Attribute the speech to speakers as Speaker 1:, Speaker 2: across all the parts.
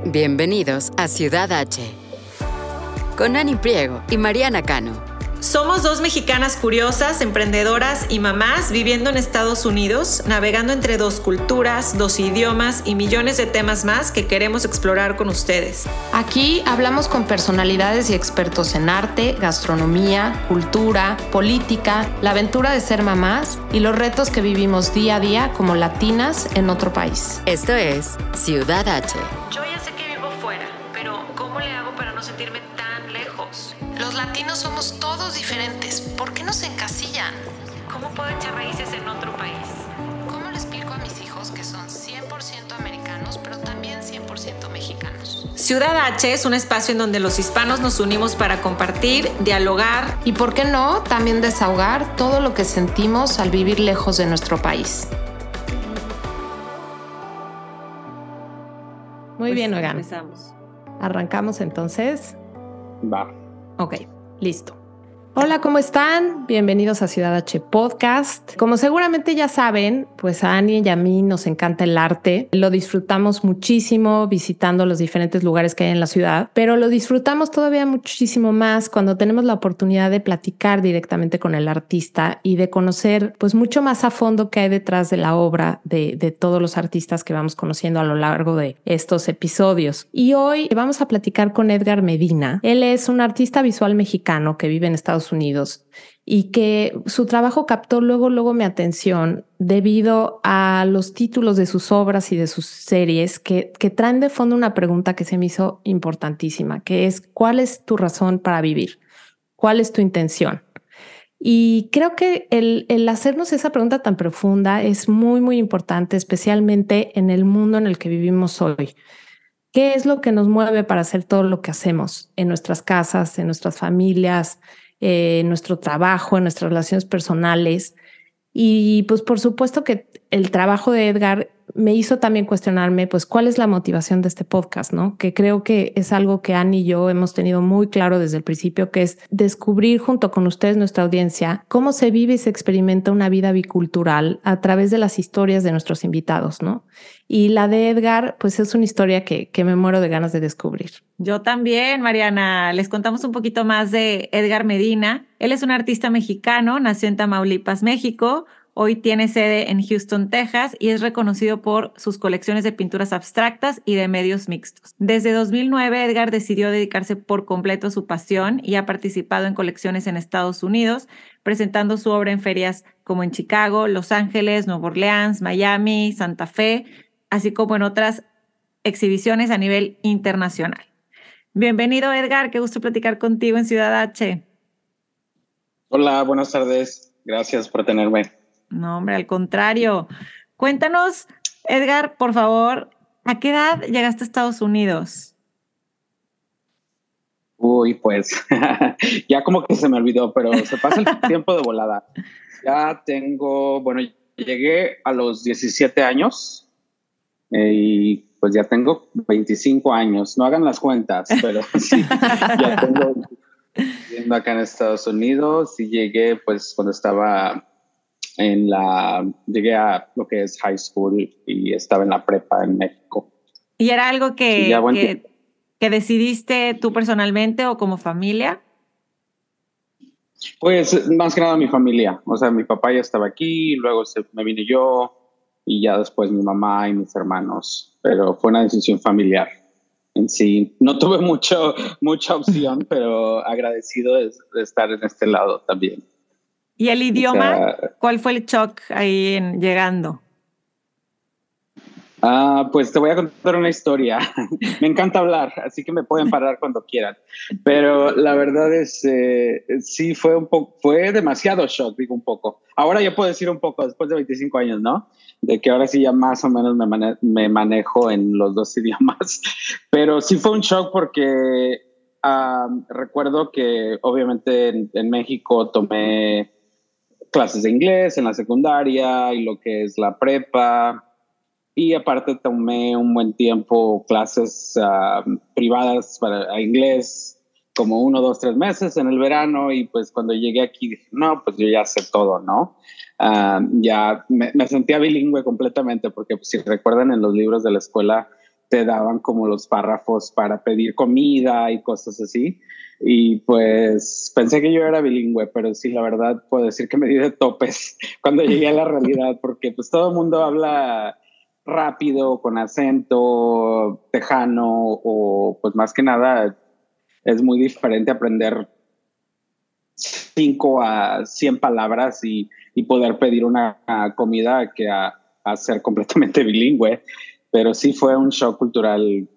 Speaker 1: Bienvenidos a Ciudad H, con Ani Priego y Mariana Cano.
Speaker 2: Somos dos mexicanas curiosas, emprendedoras y mamás viviendo en Estados Unidos, navegando entre dos culturas, dos idiomas y millones de temas más que queremos explorar con ustedes.
Speaker 3: Aquí hablamos con personalidades y expertos en arte, gastronomía, cultura, política, la aventura de ser mamás y los retos que vivimos día a día como latinas en otro país.
Speaker 1: Esto es Ciudad H.
Speaker 2: Yo ya sé que vivo fuera, pero ¿cómo le hago para no sentirme tan lejos?
Speaker 3: Los latinos somos todos diferentes. ¿Por qué nos encasillan?
Speaker 2: ¿Cómo puedo echar raíces en otro país?
Speaker 3: ¿Cómo le explico a mis hijos que son 100% americanos, pero también 100% mexicanos?
Speaker 2: Ciudad H es un espacio en donde los hispanos nos unimos para compartir, dialogar
Speaker 3: y, ¿por qué no?, también desahogar todo lo que sentimos al vivir lejos de nuestro país. Muy bien, oigan.
Speaker 2: Empezamos.
Speaker 3: ¿Arrancamos entonces?
Speaker 4: Va.
Speaker 3: Ok, listo. Hola, ¿cómo están? Bienvenidos a Ciudad H Podcast. Como seguramente ya saben, pues a Ani y a mí nos encanta el arte. Lo disfrutamos muchísimo visitando los diferentes lugares que hay en la ciudad, pero lo disfrutamos todavía muchísimo más cuando tenemos la oportunidad de platicar directamente con el artista y de conocer pues mucho más a fondo qué hay detrás de la obra de todos los artistas que vamos conociendo a lo largo de estos episodios. Y hoy vamos a platicar con Edgar Medina. Él es un artista visual mexicano que vive en Estados Unidos y que su trabajo captó luego mi atención debido a los títulos de sus obras y de sus series que traen de fondo una pregunta que se me hizo importantísima, que es: ¿cuál es tu razón para vivir? ¿Cuál es tu intención? Y creo que el hacernos esa pregunta tan profunda es muy importante, especialmente en el mundo en el que vivimos hoy. ¿Qué es lo que nos mueve para hacer todo lo que hacemos en nuestras casas, en nuestras familias, en nuestro trabajo, en nuestras relaciones personales? Y pues por supuesto que el trabajo de Edgar me hizo también cuestionarme pues cuál es la motivación de este podcast, ¿no? Que creo que es algo que Ani y yo hemos tenido muy claro desde el principio, que es descubrir junto con ustedes, nuestra audiencia, cómo se vive y se experimenta una vida bicultural a través de las historias de nuestros invitados, ¿no? Y la de Edgar pues es una historia que me muero de ganas de descubrir.
Speaker 2: Yo también, Mariana. Les contamos un poquito más de Edgar Medina. Él es un artista mexicano, nació en Tamaulipas, México. Hoy tiene sede en Houston, Texas, y es reconocido por sus colecciones de pinturas abstractas y de medios mixtos. Desde 2009, Edgar decidió dedicarse por completo a su pasión y ha participado en colecciones en Estados Unidos, presentando su obra en ferias como en Chicago, Los Ángeles, Nueva Orleans, Miami, Santa Fe, así como en otras exhibiciones a nivel internacional. Bienvenido, Edgar. Qué gusto platicar contigo en Ciudad H.
Speaker 4: Hola, buenas tardes. Gracias por tenerme.
Speaker 2: No, hombre, al contrario. Cuéntanos, Edgar, por favor, ¿a qué edad llegaste a Estados Unidos?
Speaker 4: Uy, pues ya como que se me olvidó, pero se pasa el tiempo de volada. Ya llegué a los 17 años y pues ya tengo 25 años. No hagan las cuentas, pero sí, ya tengo viviendo acá en Estados Unidos y llegué pues cuando estaba llegué a lo que es high school y estaba en la prepa en México.
Speaker 2: ¿Y era algo que decidiste tú personalmente o como familia?
Speaker 4: Pues más que nada mi familia. O sea, mi papá ya estaba aquí, luego me vine yo y ya después mi mamá y mis hermanos. Pero fue una decisión familiar en sí. No tuve mucha opción, pero agradecido de estar en este lado también.
Speaker 2: ¿Y el idioma? ¿Cuál fue el shock ahí llegando?
Speaker 4: Pues te voy a contar una historia. Me encanta hablar, así que me pueden parar cuando quieran. Pero la verdad es, sí fue demasiado shock, digo un poco. Ahora ya puedo decir un poco, después de 25 años, ¿no? De que ahora sí ya más o menos me manejo en los dos idiomas. Pero sí fue un shock porque recuerdo que obviamente en México tomé clases de inglés en la secundaria y lo que es la prepa. Y aparte tomé un buen tiempo clases privadas para inglés, como 1, 2, 3 meses en el verano. Y pues cuando llegué aquí dije, no, pues yo ya sé todo, ¿no? Ya me sentía bilingüe completamente porque pues, si recuerdan en los libros de la escuela te daban como los párrafos para pedir comida y cosas así. Y pues pensé que yo era bilingüe, pero sí, la verdad puedo decir que me di de topes cuando llegué a la realidad, porque pues todo el mundo habla rápido, con acento tejano, o pues más que nada es muy diferente aprender 5 a 100 palabras y poder pedir una comida que a ser completamente bilingüe. Pero sí fue un shock cultural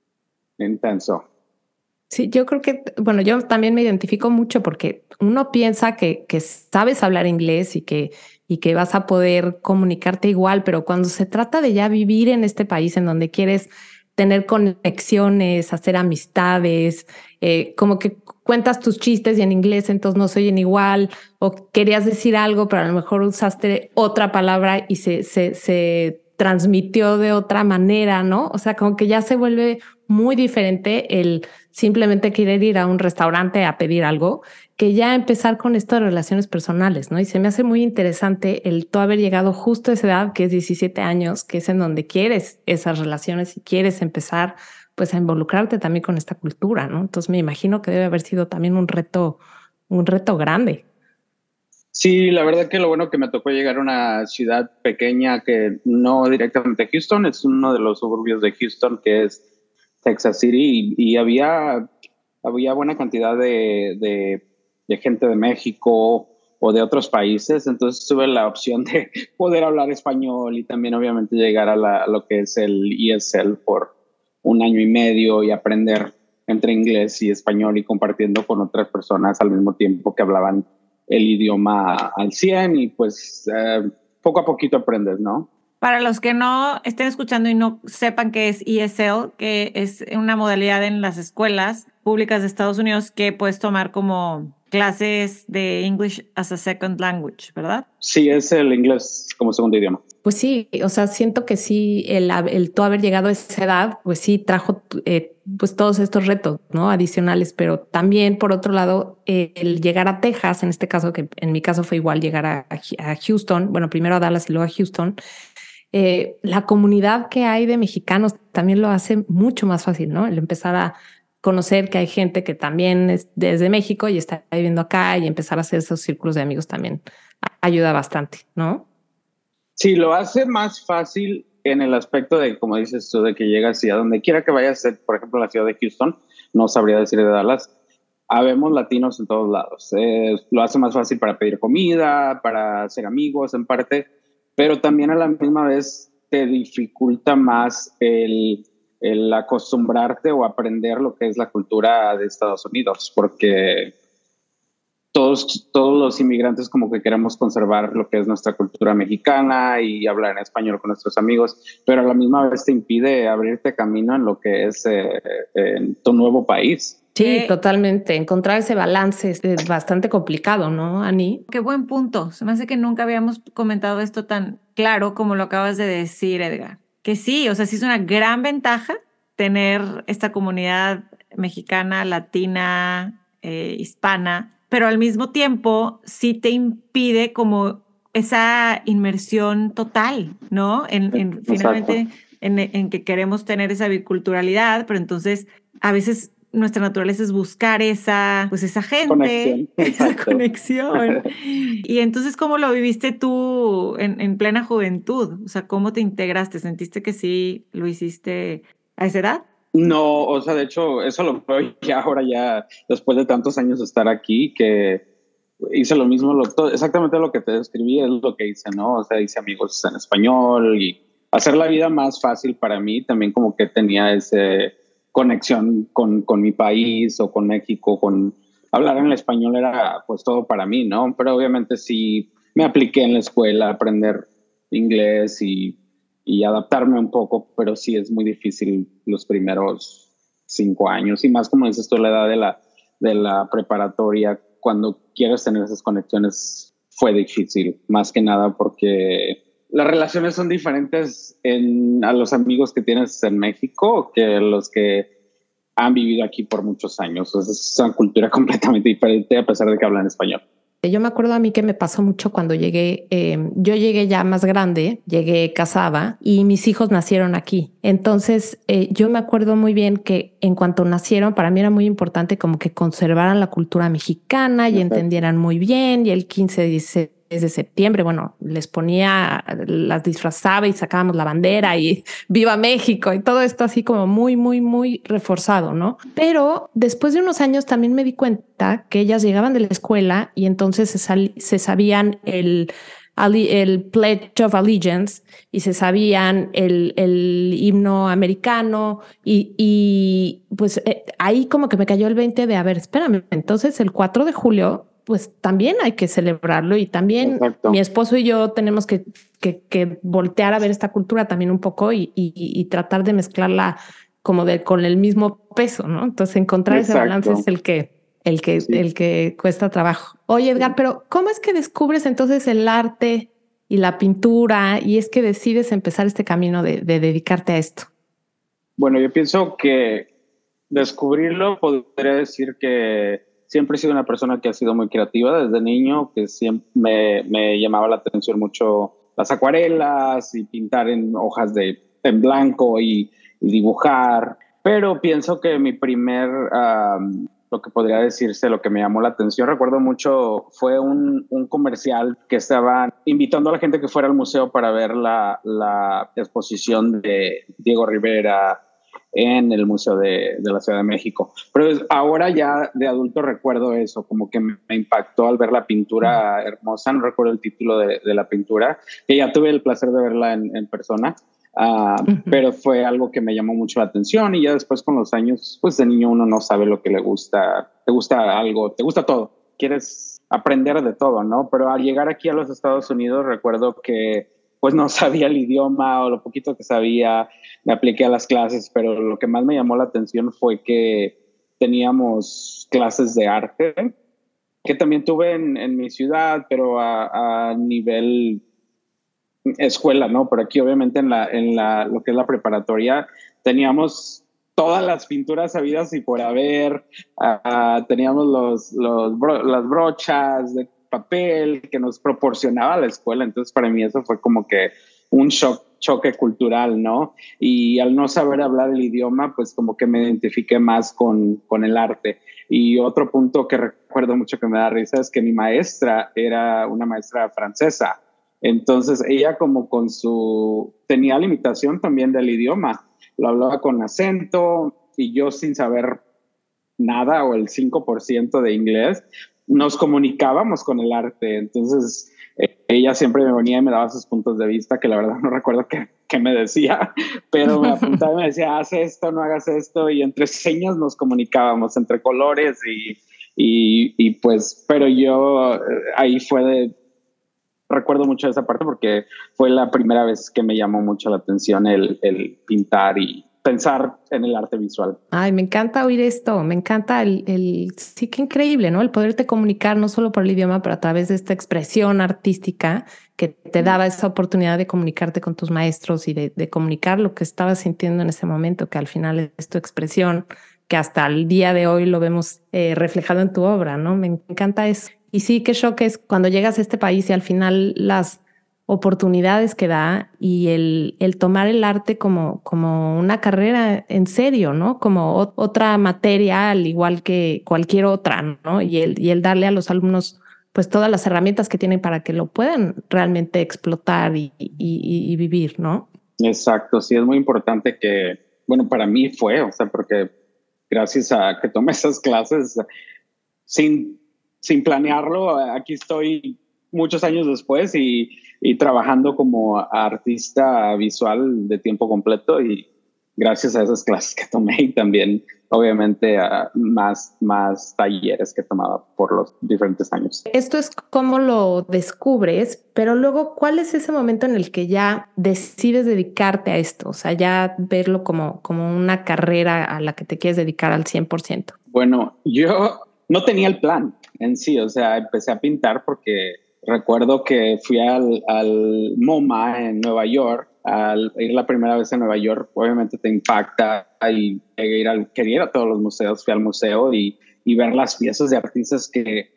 Speaker 4: intenso.
Speaker 3: Sí, yo creo que, bueno, yo también me identifico mucho porque uno piensa que sabes hablar inglés y que vas a poder comunicarte igual, pero cuando se trata de ya vivir en este país en donde quieres tener conexiones, hacer amistades, como que cuentas tus chistes y en inglés entonces no se oyen igual, o querías decir algo, pero a lo mejor usaste otra palabra y se transmitió de otra manera, ¿no? O sea, como que ya se vuelve muy diferente el simplemente querer ir a un restaurante a pedir algo, que ya empezar con estas relaciones personales, ¿no? Y se me hace muy interesante el tú haber llegado justo a esa edad, que es 17 años, que es en donde quieres esas relaciones y quieres empezar pues a involucrarte también con esta cultura, ¿no? Entonces me imagino que debe haber sido también un reto grande.
Speaker 4: Sí, la verdad que lo bueno que me tocó llegar a una ciudad pequeña que no directamente Houston, es uno de los suburbios de Houston, que es Texas City, y había buena cantidad de gente de México o de otros países, entonces tuve la opción de poder hablar español y también obviamente llegar a lo que es el ESL por 1 año y medio y aprender entre inglés y español y compartiendo con otras personas al mismo tiempo que hablaban el idioma al 100 y pues poco a poquito aprendes, ¿no?
Speaker 2: Para los que no estén escuchando y no sepan qué es ESL, que es una modalidad en las escuelas públicas de Estados Unidos que puedes tomar como clases de English as a Second Language, ¿verdad?
Speaker 4: Sí, es el inglés como segundo idioma.
Speaker 3: Pues sí, o sea, siento que sí, el tú haber llegado a esa edad, pues sí, trajo pues todos estos retos, ¿no? Adicionales, pero también, por otro lado, el llegar a Texas, en este caso, que en mi caso fue igual llegar a Houston, bueno, primero a Dallas y luego a Houston, la comunidad que hay de mexicanos también lo hace mucho más fácil, ¿no? El empezar a conocer que hay gente que también es desde México y está viviendo acá y empezar a hacer esos círculos de amigos también ayuda bastante, ¿no?
Speaker 4: Sí, lo hace más fácil en el aspecto de, como dices tú, de que llegas y a donde quiera que vayas, por ejemplo, en la ciudad de Houston, no sabría decir de Dallas, habemos latinos en todos lados. Lo hace más fácil para pedir comida, para hacer amigos en parte, pero también a la misma vez te dificulta más el acostumbrarte o aprender lo que es la cultura de Estados Unidos, porque todos los inmigrantes como que queremos conservar lo que es nuestra cultura mexicana y hablar en español con nuestros amigos, pero a la misma vez te impide abrirte camino en lo que es en tu nuevo país.
Speaker 3: Sí, totalmente. Encontrar ese balance es bastante complicado, ¿no, Ani?
Speaker 2: Qué buen punto. Se me hace que nunca habíamos comentado esto tan claro como lo acabas de decir, Edgar. Que sí, o sea, sí es una gran ventaja tener esta comunidad mexicana, latina, hispana, pero al mismo tiempo sí te impide como esa inmersión total, ¿no? Finalmente en que queremos tener esa biculturalidad, pero entonces a veces nuestra naturaleza es buscar esa gente,
Speaker 4: conexión,
Speaker 2: esa conexión. Y entonces, ¿cómo lo viviste tú en plena juventud? O sea, ¿cómo te integraste? ¿Sentiste que sí lo hiciste a esa edad?
Speaker 4: No, o sea, de hecho, eso lo veo ya ahora, ya después de tantos años de estar aquí, que hice lo mismo, exactamente lo que te describí es lo que hice, ¿no? O sea, hice amigos en español y hacer la vida más fácil para mí, también como que tenía esa conexión con mi país o con México, con hablar en el español era pues todo para mí, ¿no? Pero obviamente sí me apliqué en la escuela a aprender inglés y adaptarme un poco, pero sí es muy difícil los primeros 5 años y más como dices tú, la edad de la preparatoria, cuando quieres tener esas conexiones fue difícil, más que nada porque las relaciones son diferentes a los amigos que tienes en México que los que han vivido aquí por muchos años. Es una cultura completamente diferente a pesar de que hablan español.
Speaker 3: Yo me acuerdo a mí que me pasó mucho cuando llegué, yo llegué ya más grande, llegué casada y mis hijos nacieron aquí. Entonces yo me acuerdo muy bien que en cuanto nacieron, para mí era muy importante como que conservaran la cultura mexicana y entendieran muy bien. Y el 15 de septiembre, bueno, les ponía, las disfrazaba y sacábamos la bandera y viva México y todo esto así como muy, muy, muy reforzado, ¿no? Pero después de unos años también me di cuenta que ellas llegaban de la escuela y entonces se sabían el Pledge of Allegiance y se sabían el himno americano y pues ahí como que me cayó el 20 de, a ver, espérame, entonces el 4 de julio pues también hay que celebrarlo y también mi esposo y yo tenemos que voltear a ver esta cultura también un poco y tratar de mezclarla como con el mismo peso, ¿no? Entonces encontrar ese balance es el que cuesta trabajo. Oye, Edgar, pero ¿cómo es que descubres entonces el arte y la pintura y es que decides empezar este camino de dedicarte a esto?
Speaker 4: Bueno, yo pienso que descubrirlo podría decir que siempre he sido una persona que ha sido muy creativa desde niño, que siempre me llamaba la atención mucho las acuarelas y pintar en hojas en blanco y dibujar. Pero pienso que mi primer, lo que podría decirse, lo que me llamó la atención, recuerdo mucho, fue un comercial que estaban invitando a la gente que fuera al museo para ver la exposición de Diego Rivera en el Museo de la Ciudad de México. Pero ahora ya de adulto recuerdo eso, como que me impactó al ver la pintura hermosa, no recuerdo el título de la pintura, que ya tuve el placer de verla en persona, pero fue algo que me llamó mucho la atención y ya después con los años, pues de niño uno no sabe lo que le gusta, te gusta algo, te gusta todo, quieres aprender de todo, ¿no? Pero al llegar aquí a los Estados Unidos recuerdo que pues no sabía el idioma o lo poquito que sabía, me apliqué a las clases, pero lo que más me llamó la atención fue que teníamos clases de arte, que también tuve en mi ciudad, pero a nivel escuela, ¿no? Pero aquí obviamente en lo que es la preparatoria teníamos todas las pinturas habidas y por haber, teníamos las brochas de papel que nos proporcionaba la escuela. Entonces para mí eso fue como que un choque cultural, ¿no? Y al no saber hablar el idioma, pues como que me identifiqué más con el arte. Y otro punto que recuerdo mucho que me da risa es que mi maestra era una maestra francesa. Entonces ella como tenía limitación también del idioma. Lo hablaba con acento y yo sin saber nada o el 5% de inglés, nos comunicábamos con el arte. Entonces, ella siempre me venía y me daba sus puntos de vista, que la verdad no recuerdo qué me decía, pero me apuntaba y me decía, haz esto, no hagas esto, y entre señas nos comunicábamos, entre colores y pues, pero yo ahí recuerdo mucho esa parte porque fue la primera vez que me llamó mucho la atención el pintar y pensar en el arte visual.
Speaker 3: Ay, me encanta oír esto, me encanta sí, qué increíble, ¿no? El poderte comunicar no solo por el idioma, pero a través de esta expresión artística que te daba esa oportunidad de comunicarte con tus maestros y de comunicar lo que estabas sintiendo en ese momento, que al final es tu expresión, que hasta el día de hoy lo vemos reflejado en tu obra, ¿no? Me encanta eso. Y sí, qué shock es cuando llegas a este país y al final las oportunidades que da y el tomar el arte como una carrera en serio, ¿no? Como otra materia, al igual que cualquier otra, ¿no? Y el darle a los alumnos pues todas las herramientas que tienen para que lo puedan realmente explotar y vivir, ¿no?
Speaker 4: Exacto, sí, es muy importante que, bueno, para mí fue, o sea, porque gracias a que tomé esas clases sin planearlo, aquí estoy muchos años después y trabajando como artista visual de tiempo completo y gracias a esas clases que tomé y también obviamente a más talleres que tomaba por los diferentes años.
Speaker 3: Esto es cómo lo descubres, pero luego, ¿cuál es ese momento en el que ya decides dedicarte a esto? O sea, ya verlo como una carrera a la que te quieres dedicar al 100%.
Speaker 4: Bueno, yo no tenía el plan en sí, o sea, empecé a pintar porque recuerdo que fui al MoMA en Nueva York. Al ir la primera vez a Nueva York, obviamente te impacta y quería ir a todos los museos. Fui al museo y ver las piezas de artistas que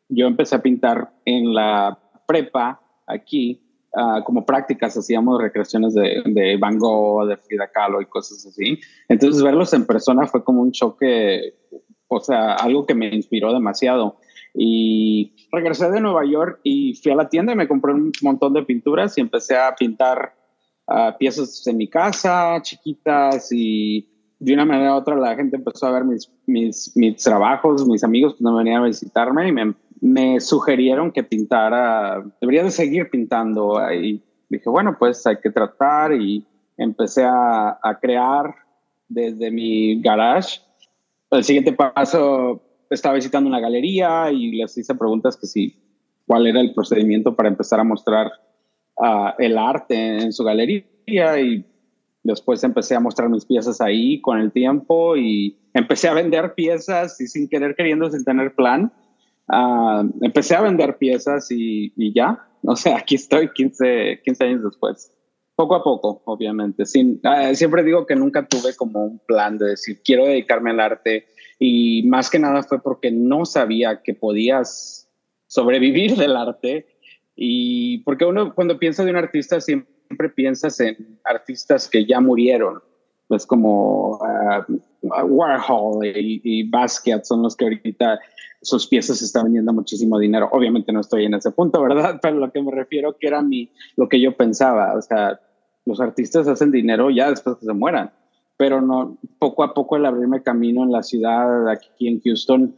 Speaker 4: yo empecé a pintar en la prepa aquí. Como prácticas hacíamos recreaciones de Van Gogh, de Frida Kahlo y cosas así. Entonces verlos en persona fue como un choque, o sea, algo que me inspiró demasiado. Y regresé de Nueva York y fui a la tienda y me compré un montón de pinturas y empecé a pintar piezas en mi casa, chiquitas, y de una manera u otra la gente empezó a ver mis trabajos, mis amigos que no venían a visitarme y me sugirieron que pintara, debería de seguir pintando. Y dije, bueno, pues hay que tratar, y empecé a crear desde mi garage. El siguiente paso, estaba visitando una galería y les hice preguntas que si, cuál era el procedimiento para empezar a mostrar el arte en su galería, y después empecé a mostrar mis piezas ahí con el tiempo y empecé a vender piezas y sin querer queriendo, sin tener plan. Empecé a vender piezas y ya, o sea, aquí estoy 15 años después. Poco a poco, obviamente. Siempre digo que nunca tuve como un plan de decir, quiero dedicarme al arte, y más que nada fue porque no sabía que podías sobrevivir del arte, y porque uno cuando piensa de un artista siempre piensas en artistas que ya murieron, pues como Warhol y Basquiat son los que ahorita sus piezas se están vendiendo muchísimo dinero. Obviamente no estoy en ese punto, ¿verdad? Pero lo que me refiero que era lo que yo pensaba. O sea, los artistas hacen dinero ya después que se mueran. Pero no, poco a poco el abrirme camino en la ciudad, aquí en Houston,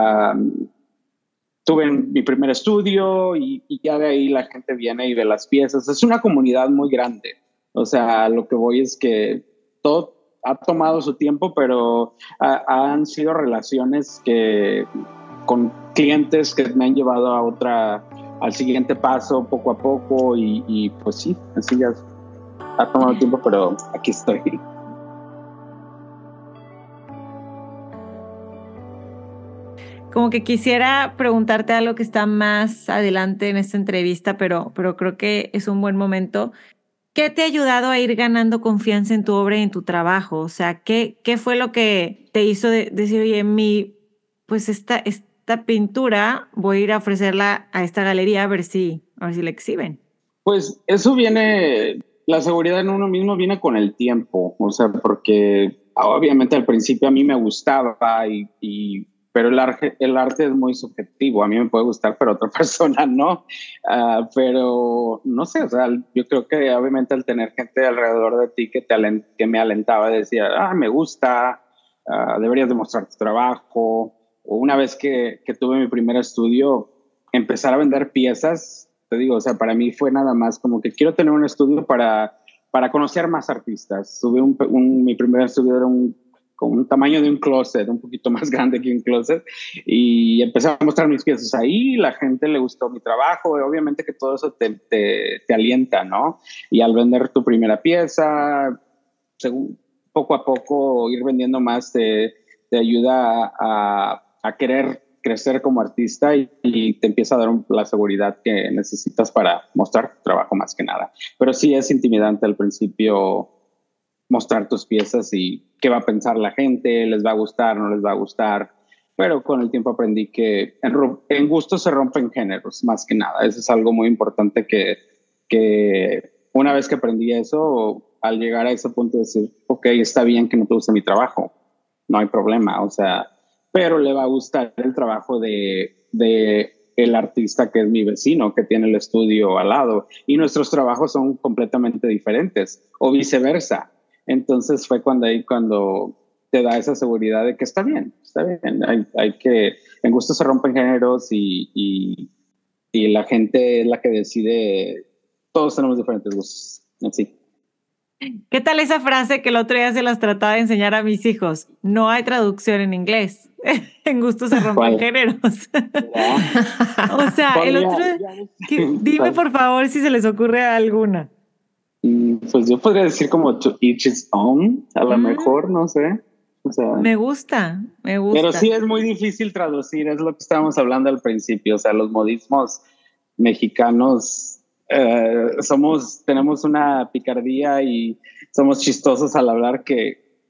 Speaker 4: tuve mi primer estudio y ya de ahí la gente viene y ve las piezas. Es una comunidad muy grande. O sea, lo que voy es que todo ha tomado su tiempo, pero han sido relaciones con clientes que me han llevado al siguiente paso poco a poco, y pues sí, así ya ha tomado tiempo, pero aquí estoy.
Speaker 2: Como que quisiera preguntarte algo que está más adelante en esta entrevista, pero creo que es un buen momento. ¿Qué te ha ayudado a ir ganando confianza en tu obra y en tu trabajo? O sea, ¿qué fue lo que te hizo decir, oye, pues esta pintura voy a ir a ofrecerla a esta galería a ver si la exhiben?
Speaker 4: Pues eso la seguridad en uno mismo viene con el tiempo, o sea, porque obviamente al principio a mí me gustaba, pero el arte es muy subjetivo. A mí me puede gustar, pero a otra persona no. Pero no sé, o sea, yo creo que obviamente al tener gente alrededor de ti que me alentaba, decía, me gusta, deberías demostrar tu trabajo. O una vez que tuve mi primer estudio, empezar a vender piezas, te digo, o sea, para mí fue nada más como que quiero tener un estudio para conocer más artistas. Mi primer estudio era con un tamaño de un closet, un poquito más grande que un closet, y empecé a mostrar mis piezas ahí. La gente le gustó mi trabajo, y obviamente que todo eso te alienta, ¿no? Y al vender tu primera pieza, poco a poco ir vendiendo más te ayuda a querer crecer como artista, y te empieza a dar la seguridad que necesitas para mostrar tu trabajo más que nada. Pero sí es intimidante al principio mostrar tus piezas y qué va a pensar la gente, les va a gustar, no les va a gustar. Pero con el tiempo aprendí que en gusto se rompen géneros, más que nada. Eso es algo muy importante que una vez que aprendí eso, al llegar a ese punto de decir, ok, está bien que no te guste mi trabajo, no hay problema, o sea, pero le va a gustar el trabajo de el artista que es mi vecino, que tiene el estudio al lado, y nuestros trabajos son completamente diferentes, o viceversa. Entonces fue cuando te da esa seguridad de que está bien. En gusto se rompen géneros, y la gente es la que decide. Todos tenemos diferentes gustos, así.
Speaker 2: ¿Qué tal esa frase que el otro día se las trataba de enseñar a mis hijos? No hay traducción en inglés. En gusto se rompen géneros. O sea, el otro... Dime por favor si se les ocurre alguna.
Speaker 4: Pues yo podría decir como to each his own, a lo mejor, no sé. O sea,
Speaker 2: me gusta.
Speaker 4: Pero sí es muy difícil traducir, es lo que estábamos hablando al principio. O sea, los modismos mexicanos tenemos una picardía y somos chistosos al hablar que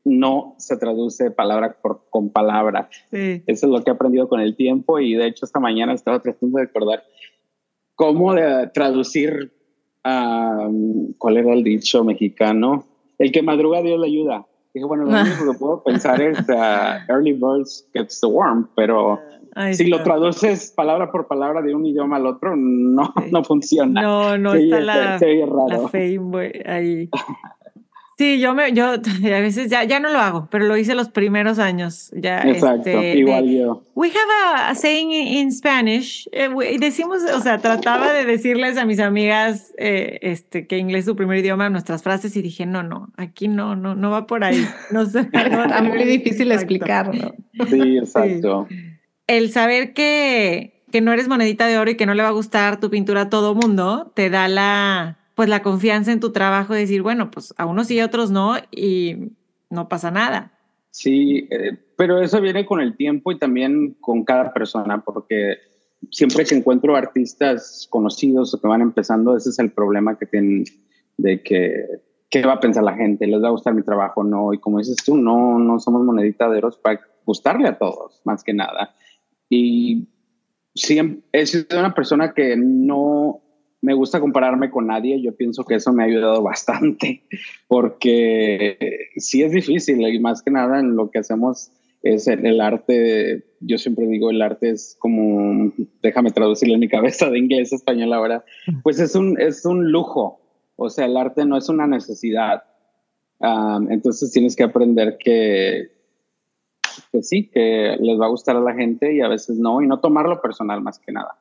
Speaker 4: no se traduce palabra con palabra.
Speaker 2: Sí.
Speaker 4: Eso es lo que he aprendido con el tiempo y de hecho esta mañana estaba tratando de recordar cómo traducir, ¿cuál era el dicho mexicano? El que madruga Dios le ayuda. Dije, bueno, lo único que puedo pensar es early bird gets the worm, pero si lo traduces palabra por palabra de un idioma al otro, no, sí, no funciona.
Speaker 2: No
Speaker 4: se
Speaker 2: está
Speaker 4: raro.
Speaker 2: La fe ahí. Sí, yo a veces ya no lo hago, pero lo hice los primeros años. Ya,
Speaker 4: exacto, igual yo.
Speaker 2: We have a saying in Spanish. Decimos, o sea, trataba de decirles a mis amigas que inglés es su primer idioma, nuestras frases, y dije, no, aquí no va por ahí. No sé.
Speaker 3: Está muy difícil explicarlo.
Speaker 4: Sí, exacto.
Speaker 2: Sí. El saber que no eres monedita de oro y que no le va a gustar tu pintura a todo mundo, te da la confianza en tu trabajo de decir, bueno, pues a unos sí y a otros no, y no pasa nada.
Speaker 4: Sí, pero eso viene con el tiempo y también con cada persona, porque siempre que encuentro artistas conocidos o que van empezando, ese es el problema que tienen de que ¿qué va a pensar la gente? ¿Les va a gustar mi trabajo? No, y como dices tú, no somos monedita de oro para gustarle a todos, más que nada. Y sí, he sido una persona que no me gusta compararme con nadie. Yo pienso que eso me ha ayudado bastante porque sí es difícil y más que nada en lo que hacemos es el arte. Yo siempre digo el arte es como, déjame traducirlo en mi cabeza de inglés a español ahora, pues es un lujo. O sea, el arte no es una necesidad. Entonces tienes que aprender que pues sí, que les va a gustar a la gente y a veces no, y no tomarlo personal más que nada.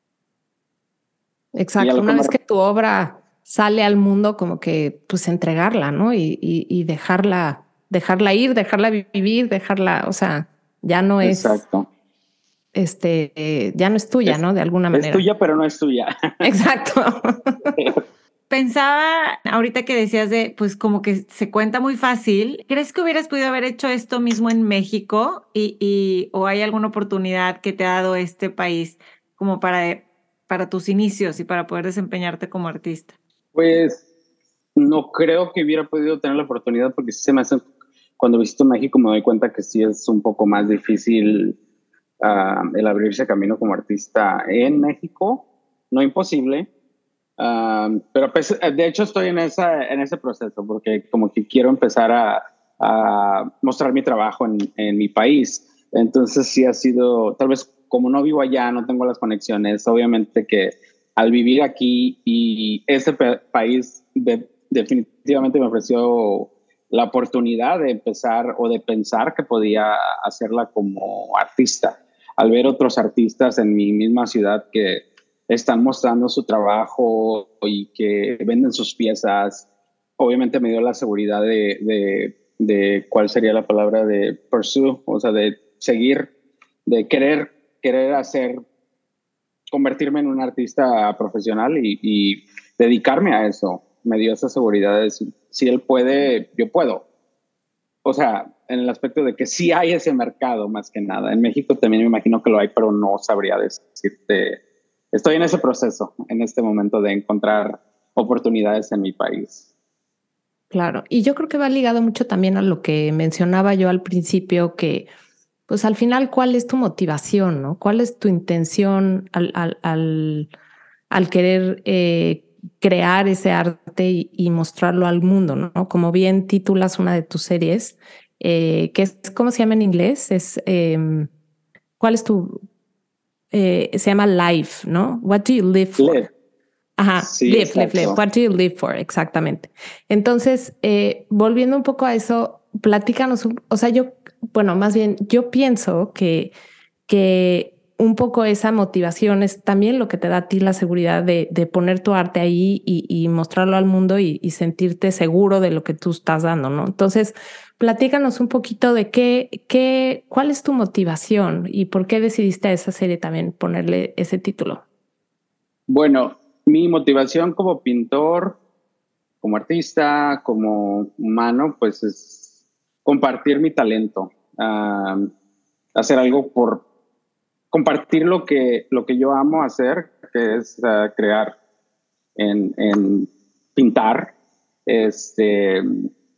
Speaker 3: Exacto, una vez que tu obra sale al mundo, como que pues entregarla, ¿no? Y dejarla ir, dejarla vivir, o sea, ya no es...
Speaker 4: Exacto.
Speaker 3: Ya no es tuya, ¿no? De alguna manera.
Speaker 4: Es tuya, pero no es tuya.
Speaker 3: Exacto.
Speaker 2: Pensaba ahorita que decías pues como que se cuenta muy fácil. ¿Crees que hubieras podido haber hecho esto mismo en México o hay alguna oportunidad que te ha dado este país como para tus inicios y para poder desempeñarte como artista?
Speaker 4: Pues no creo que hubiera podido tener la oportunidad porque sí se me hace, cuando visito México me doy cuenta que sí es un poco más difícil el abrirse camino como artista en México. No imposible. Pero pues, de hecho estoy en ese proceso porque como que quiero empezar a mostrar mi trabajo en mi país. Entonces sí ha sido, tal vez como no vivo allá, no tengo las conexiones, obviamente que al vivir aquí y ese país definitivamente me ofreció la oportunidad de empezar o de pensar que podía hacerla como artista. Al ver otros artistas en mi misma ciudad que están mostrando su trabajo y que venden sus piezas, obviamente me dio la seguridad de ¿cuál sería la palabra? De pursue, o sea, de seguir, de querer convertirme en un artista profesional y dedicarme a eso. Me dio esa seguridad de decir, si él puede, yo puedo. O sea, en el aspecto de que sí hay ese mercado más que nada. En México también me imagino que lo hay, pero no sabría decirte. Estoy en ese proceso, en este momento, de encontrar oportunidades en mi país.
Speaker 3: Claro, y yo creo que va ligado mucho también a lo que mencionaba yo al principio, que pues al final, ¿cuál es tu motivación, no? ¿Cuál es tu intención al querer crear ese arte y mostrarlo al mundo, ¿no? Como bien titulas una de tus series, que es, ¿cómo se llama en inglés? ¿Cuál es tu... se llama Life, ¿no? What do you live for?
Speaker 4: Live.
Speaker 3: Ajá,
Speaker 4: Sí,
Speaker 3: live. What do you live for? Exactamente. Entonces, volviendo un poco a eso, platícanos, o sea, yo pienso que un poco esa motivación es también lo que te da a ti la seguridad de poner tu arte ahí y mostrarlo al mundo y sentirte seguro de lo que tú estás dando, ¿no? Entonces, platícanos un poquito de cuál es tu motivación y por qué decidiste a esa serie también ponerle ese título.
Speaker 4: Bueno, mi motivación como pintor, como artista, como humano, pues es compartir mi talento, hacer algo por compartir lo que yo amo hacer, que es crear, en pintar,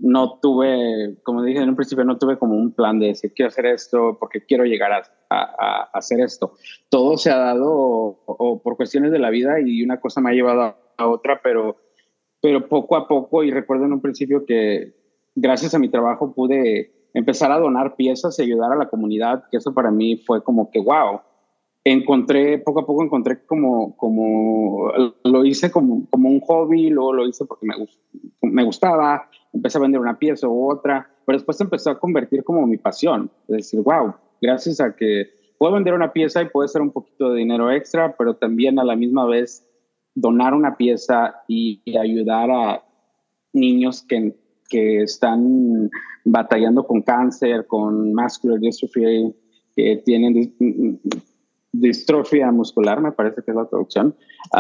Speaker 4: no tuve, como dije en un principio, no tuve como un plan de decir quiero hacer esto porque quiero llegar a hacer esto. Todo se ha dado o por cuestiones de la vida y una cosa me ha llevado a otra, pero poco a poco, y recuerdo en un principio que gracias a mi trabajo pude empezar a donar piezas y ayudar a la comunidad, que eso para mí fue como que wow. Poco a poco encontré como lo hice como un hobby, luego lo hice porque me gustaba, empecé a vender una pieza u otra, pero después empezó a convertir como mi pasión, es decir, wow, gracias a que puedo vender una pieza y puede ser un poquito de dinero extra, pero también a la misma vez donar una pieza y ayudar a niños que están batallando con cáncer, con muscular dystrophy, que tienen distrofia muscular, me parece que es la traducción,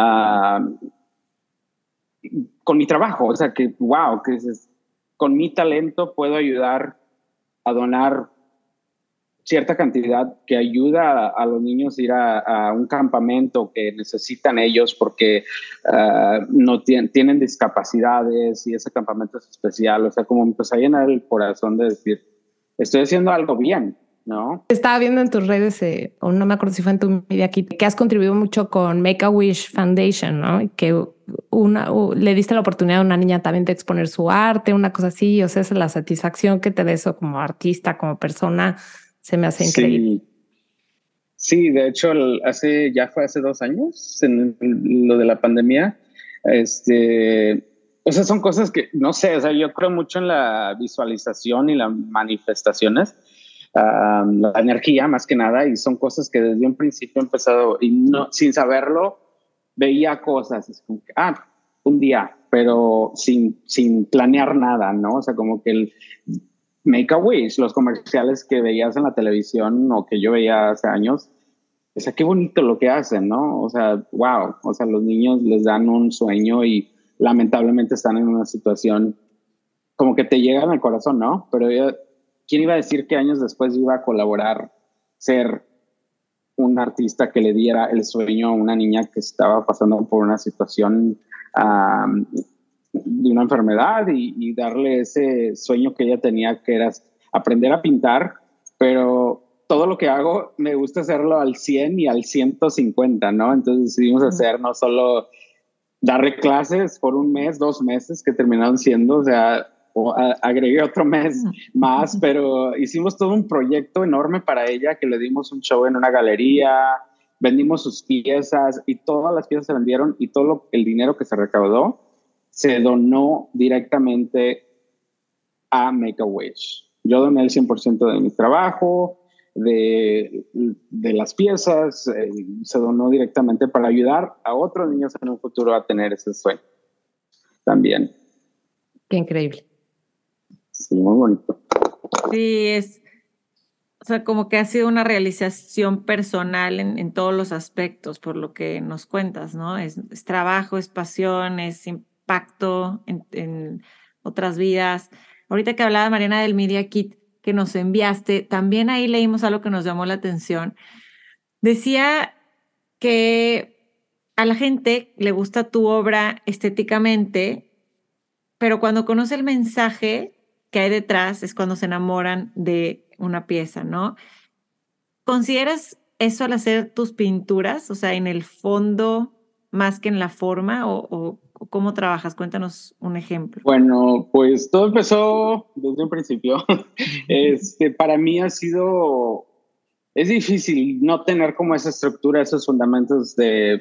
Speaker 4: con mi trabajo, o sea que wow, con mi talento puedo ayudar a donar cierta cantidad que ayuda a los niños a ir a un campamento que necesitan ellos porque no tienen discapacidades y ese campamento es especial, o sea, como empecé a llenar el corazón de decir, estoy haciendo algo bien, ¿no?
Speaker 3: Estaba viendo en tus redes, o no me acuerdo si fue en tu media kit, que has contribuido mucho con Make-A-Wish Foundation, ¿no? Y que le diste la oportunidad a una niña también de exponer su arte, una cosa así, o sea, es la satisfacción que te da eso como artista, como persona, se me hace increíble.
Speaker 4: Sí, de hecho, ya fue hace 2 años, en lo de la pandemia, o sea, son cosas que, no sé, o sea, yo creo mucho en la visualización y las manifestaciones, la energía más que nada, y son cosas que desde un principio he empezado, y no, sin saberlo, veía cosas, es como que, un día, pero sin planear nada, ¿no? O sea, como que el Make-A-Wish, los comerciales que veías en la televisión o que yo veía hace años, o sea, qué bonito lo que hacen, ¿no? O sea, wow, o sea, los niños les dan un sueño y lamentablemente están en una situación como que te llegan al corazón, ¿no? Pero ¿quién iba a decir que años después iba a colaborar, ser un artista que le diera el sueño a una niña que estaba pasando por una situación de una enfermedad y darle ese sueño que ella tenía, que era aprender a pintar, pero todo lo que hago me gusta hacerlo al 100 y al 150, ¿no? Entonces decidimos hacer no solo darle clases por 1 mes, 2 meses, que terminaron siendo, o sea, agregué otro mes más, pero hicimos todo un proyecto enorme para ella, que le dimos un show en una galería, vendimos sus piezas y todas las piezas se vendieron y todo el dinero que se recaudó se donó directamente a Make-A-Wish. Yo doné el 100% de mi trabajo, de las piezas, se donó directamente para ayudar a otros niños en un futuro a tener ese sueño también.
Speaker 3: Qué increíble.
Speaker 4: Sí, muy bonito.
Speaker 2: Sí, o sea, como que ha sido una realización personal en todos los aspectos, por lo que nos cuentas, ¿no? Es trabajo, es pasión, es impacto en otras vidas. Ahorita que hablaba Mariana del Media Kit que nos enviaste, también ahí leímos algo que nos llamó la atención. Decía que a la gente le gusta tu obra estéticamente, pero cuando conoce el mensaje que hay detrás es cuando se enamoran de una pieza, ¿no? ¿Consideras eso al hacer tus pinturas? O sea, en el fondo más que en la forma, o ¿cómo trabajas? Cuéntanos un ejemplo.
Speaker 4: Bueno, pues todo empezó desde un principio. Para mí es difícil no tener como esa estructura, esos fundamentos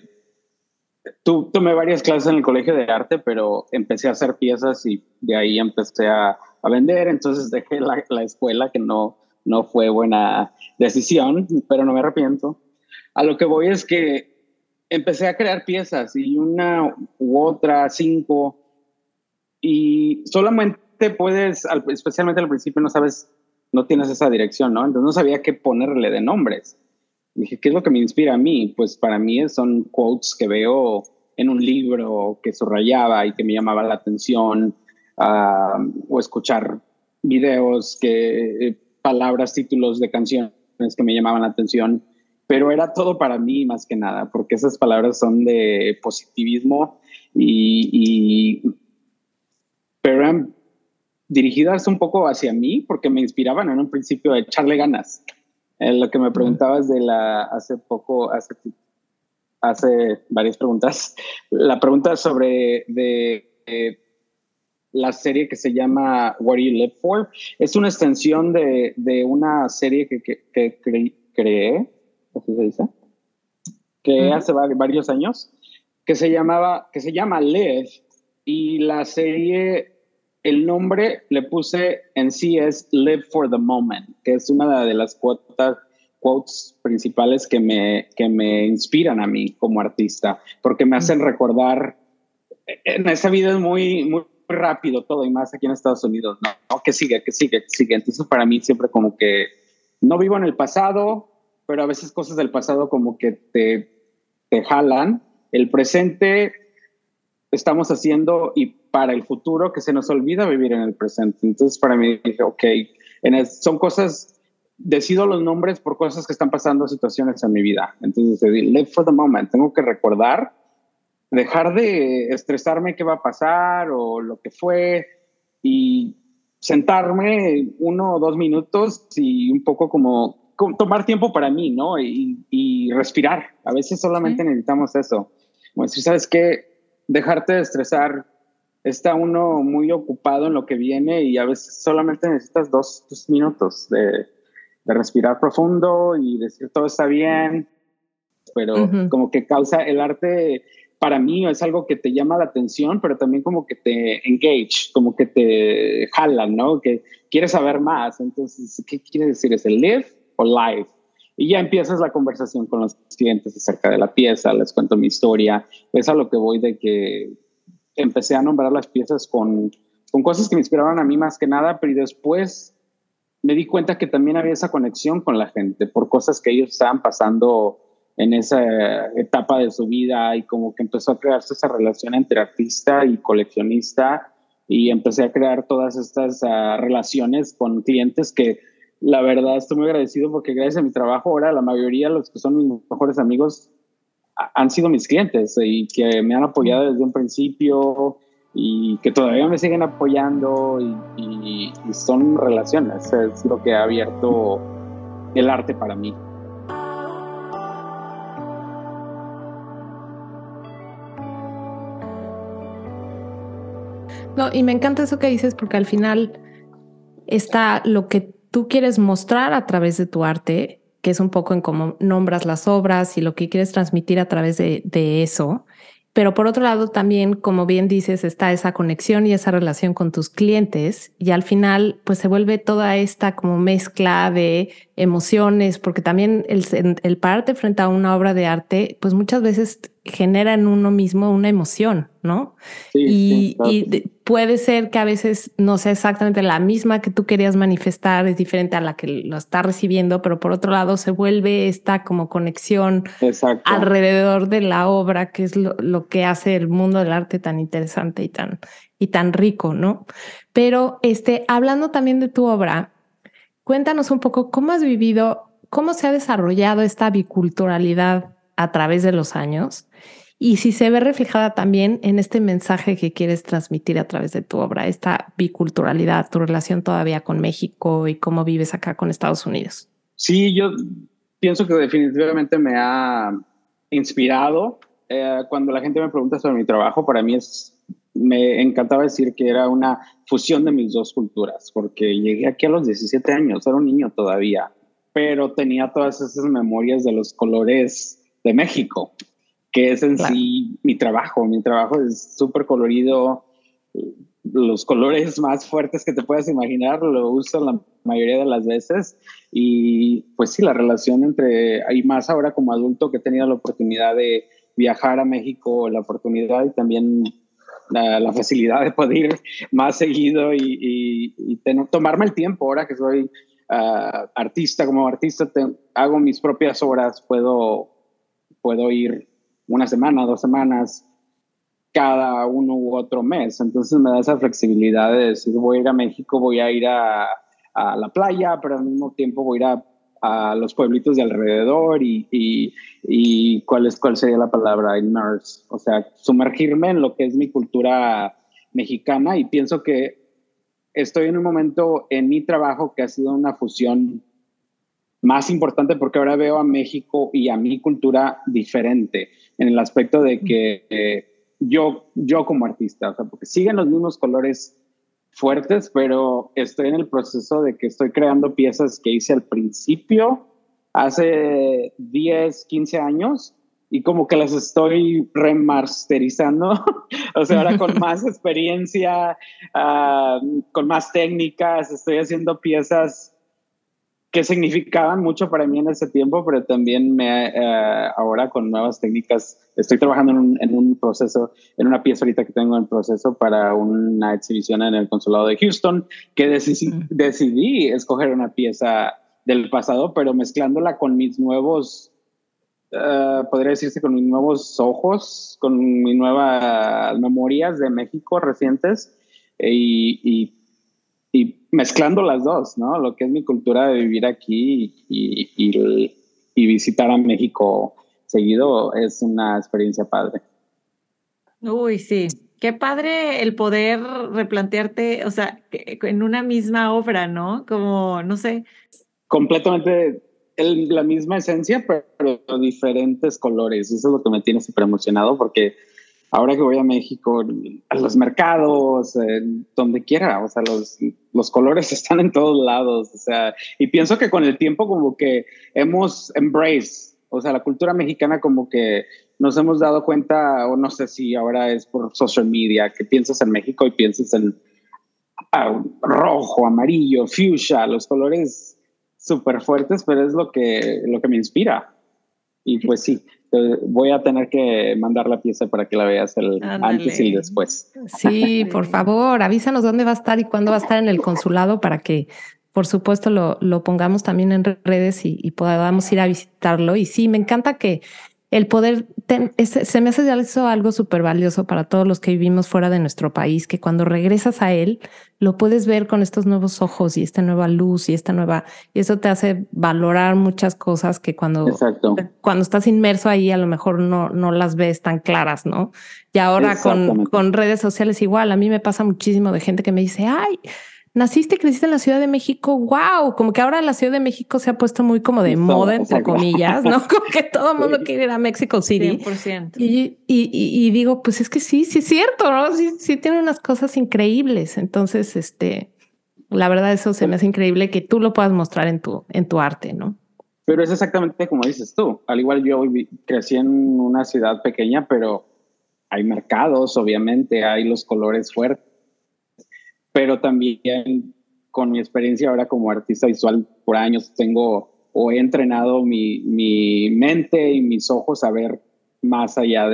Speaker 4: tomé varias clases en el colegio de arte, pero empecé a hacer piezas y de ahí empecé a vender, entonces dejé la escuela, que no fue buena decisión, pero no me arrepiento. A lo que voy es que empecé a crear piezas y una u otra, 5, y solamente puedes, especialmente al principio no tienes esa dirección, ¿no? Entonces no sabía qué ponerle de nombres. Dije, ¿qué es lo que me inspira a mí? Pues para mí son quotes que veo en un libro que subrayaba y que me llamaba la atención, o escuchar videos, palabras, títulos de canciones que me llamaban la atención, pero era todo para mí más que nada, porque esas palabras son de positivismo pero eran dirigidas un poco hacia mí porque me inspiraban en un principio a echarle ganas. Lo que me preguntabas de hace varias preguntas, la pregunta sobre la serie que se llama What Do You Live For, es una extensión de una serie que creé, ¿así se dice? Que hace varios años, que se llama Live, y la serie, el nombre le puse en sí es Live for the Moment, que es una de las quotes principales que me inspiran a mí como artista, porque me hacen recordar, en esa vida es muy, muy rápido todo, y más aquí en Estados Unidos, ¿no? Que sigue. Entonces para mí siempre como que no vivo en el pasado, pero a veces cosas del pasado como que te jalan. El presente estamos haciendo, y para el futuro que se nos olvida vivir en el presente. Entonces para mí dije, ok, son cosas, decido los nombres por cosas que están pasando, situaciones en mi vida. Entonces live for the moment, tengo que recordar, dejar de estresarme qué va a pasar o lo que fue, y sentarme 1 o 2 minutos y un poco como tomar tiempo para mí, ¿no? Y respirar. A veces solamente necesitamos eso. Como decir, ¿sabes qué? Dejarte de estresar. Está uno muy ocupado en lo que viene y a veces solamente necesitas 2 minutos de respirar profundo y decir todo está bien. Pero como que causa el arte, para mí es algo que te llama la atención, pero también como que te engage, como que te jala, ¿no? Que quieres saber más. Entonces, ¿qué quiere decir? ¿Es el live o live? Y ya empiezas la conversación con los clientes acerca de la pieza, les cuento mi historia. Es a lo que voy, de que empecé a nombrar las piezas con cosas que me inspiraban a mí más que nada, pero después me di cuenta que también había esa conexión con la gente por cosas que ellos estaban pasando en esa etapa de su vida, y como que empezó a crearse esa relación entre artista y coleccionista, y empecé a crear todas estas relaciones con clientes que la verdad estoy muy agradecido, porque gracias a mi trabajo ahora la mayoría de los que son mis mejores amigos han sido mis clientes y que me han apoyado desde un principio y que todavía me siguen apoyando, y son relaciones, es lo que ha abierto el arte para mí.
Speaker 3: No, y me encanta eso que dices, porque al final está lo que tú quieres mostrar a través de tu arte, que es un poco en cómo nombras las obras y lo que quieres transmitir a través de eso. Pero por otro lado, también, como bien dices, está esa conexión y esa relación con tus clientes, y al final pues se vuelve toda esta como mezcla de emociones, porque también el pararte frente a una obra de arte pues muchas veces genera en uno mismo una emoción, ¿no?
Speaker 4: Sí, claro.
Speaker 3: Y puede ser que a veces no sea exactamente la misma que tú querías manifestar, es diferente a la que lo está recibiendo, pero por otro lado se vuelve esta como conexión alrededor de la obra, que es lo que hace el mundo del arte tan interesante y tan rico, ¿no? Pero hablando también de tu obra, cuéntanos un poco cómo has vivido, cómo se ha desarrollado esta biculturalidad a través de los años, y si se ve reflejada también en este mensaje que quieres transmitir a través de tu obra, esta biculturalidad, tu relación todavía con México y cómo vives acá con Estados Unidos.
Speaker 4: Sí, yo pienso que definitivamente me ha inspirado. Cuando la gente me pregunta sobre mi trabajo, para mí me encantaba decir que era una fusión de mis 2 culturas, porque llegué aquí a los 17 años, era un niño todavía, pero tenía todas esas memorias de los colores de México, que es en sí mi trabajo. Mi trabajo es súper colorido, los colores más fuertes que te puedas imaginar lo uso la mayoría de las veces, y pues sí, la relación y más ahora como adulto que he tenido la oportunidad de viajar a México, la oportunidad y también la facilidad de poder ir más seguido y tomarme el tiempo. Ahora que soy artista, como artista hago mis propias obras, puedo ir 1 semana, 2 semanas, cada uno u otro mes. Entonces me da esa flexibilidad de decir, voy a ir a México, voy a ir a la playa, pero al mismo tiempo voy a ir a los pueblitos de alrededor y ¿cuál sería la palabra? Immerse, o sea, sumergirme en lo que es mi cultura mexicana. Y pienso que estoy en un momento en mi trabajo que ha sido una fusión más importante porque ahora veo a México y a mi cultura diferente en el aspecto de que yo como artista, o sea, porque siguen los mismos colores fuertes, pero estoy en el proceso de que estoy creando piezas que hice al principio, hace 10, 15 años, y como que las estoy remasterizando, o sea, ahora con más experiencia, con más técnicas, estoy haciendo piezas que significaban mucho para mí en ese tiempo, pero también ahora con nuevas técnicas, estoy trabajando en un proceso, en una pieza ahorita que tengo en proceso para una exhibición en el consulado de Houston, que decidí escoger una pieza del pasado, pero mezclándola con mis nuevos, podría decirse con mis nuevos ojos, con mis nuevas memorias de México recientes, y mezclando las dos, ¿no? Lo que es mi cultura de vivir aquí y visitar a México seguido es una experiencia padre.
Speaker 2: Uy, sí. Qué padre el poder replantearte, o sea, en una misma obra, ¿no? Como, no sé.
Speaker 4: Completamente la misma esencia, pero diferentes colores. Eso es lo que me tiene súper emocionado porque ahora que voy a México, a los mercados, donde quiera, o sea, los colores están en todos lados, o sea, y pienso que con el tiempo como que hemos embraced, o sea, la cultura mexicana como que nos hemos dado cuenta, o no sé si ahora es por social media, que piensas en México y piensas en rojo, amarillo, fuchsia, los colores súper fuertes, pero es lo que me inspira. Y pues sí, voy a tener que mandar la pieza para que la veas antes y el después.
Speaker 3: Sí, por favor, avísanos dónde va a estar y cuándo va a estar en el consulado para que, por supuesto, lo pongamos también en redes y podamos ir a visitarlo. Y sí, me encanta que el poder, se me hace eso algo súper valioso para todos los que vivimos fuera de nuestro país, que cuando regresas a él, lo puedes ver con estos nuevos ojos y esta nueva luz y y eso te hace valorar muchas cosas que cuando estás inmerso ahí a lo mejor no las ves tan claras, ¿no? Y ahora con redes sociales igual, a mí me pasa muchísimo de gente que me dice, ay, naciste y creciste en la Ciudad de México, wow, como que ahora la Ciudad de México se ha puesto muy como de moda, entre comillas, ¿no? Como que todo el mundo quiere ir a Mexico City.
Speaker 2: 100%.
Speaker 3: Y digo, pues es que sí es cierto, ¿no? Sí tiene unas cosas increíbles. Entonces, la verdad eso se me hace increíble que tú lo puedas mostrar en tu arte, ¿no?
Speaker 4: Pero es exactamente como dices tú. Al igual yo crecí en una ciudad pequeña, pero hay mercados, obviamente, hay los colores fuertes, pero también con mi experiencia ahora como artista visual por años he entrenado mi mente y mis ojos a ver más allá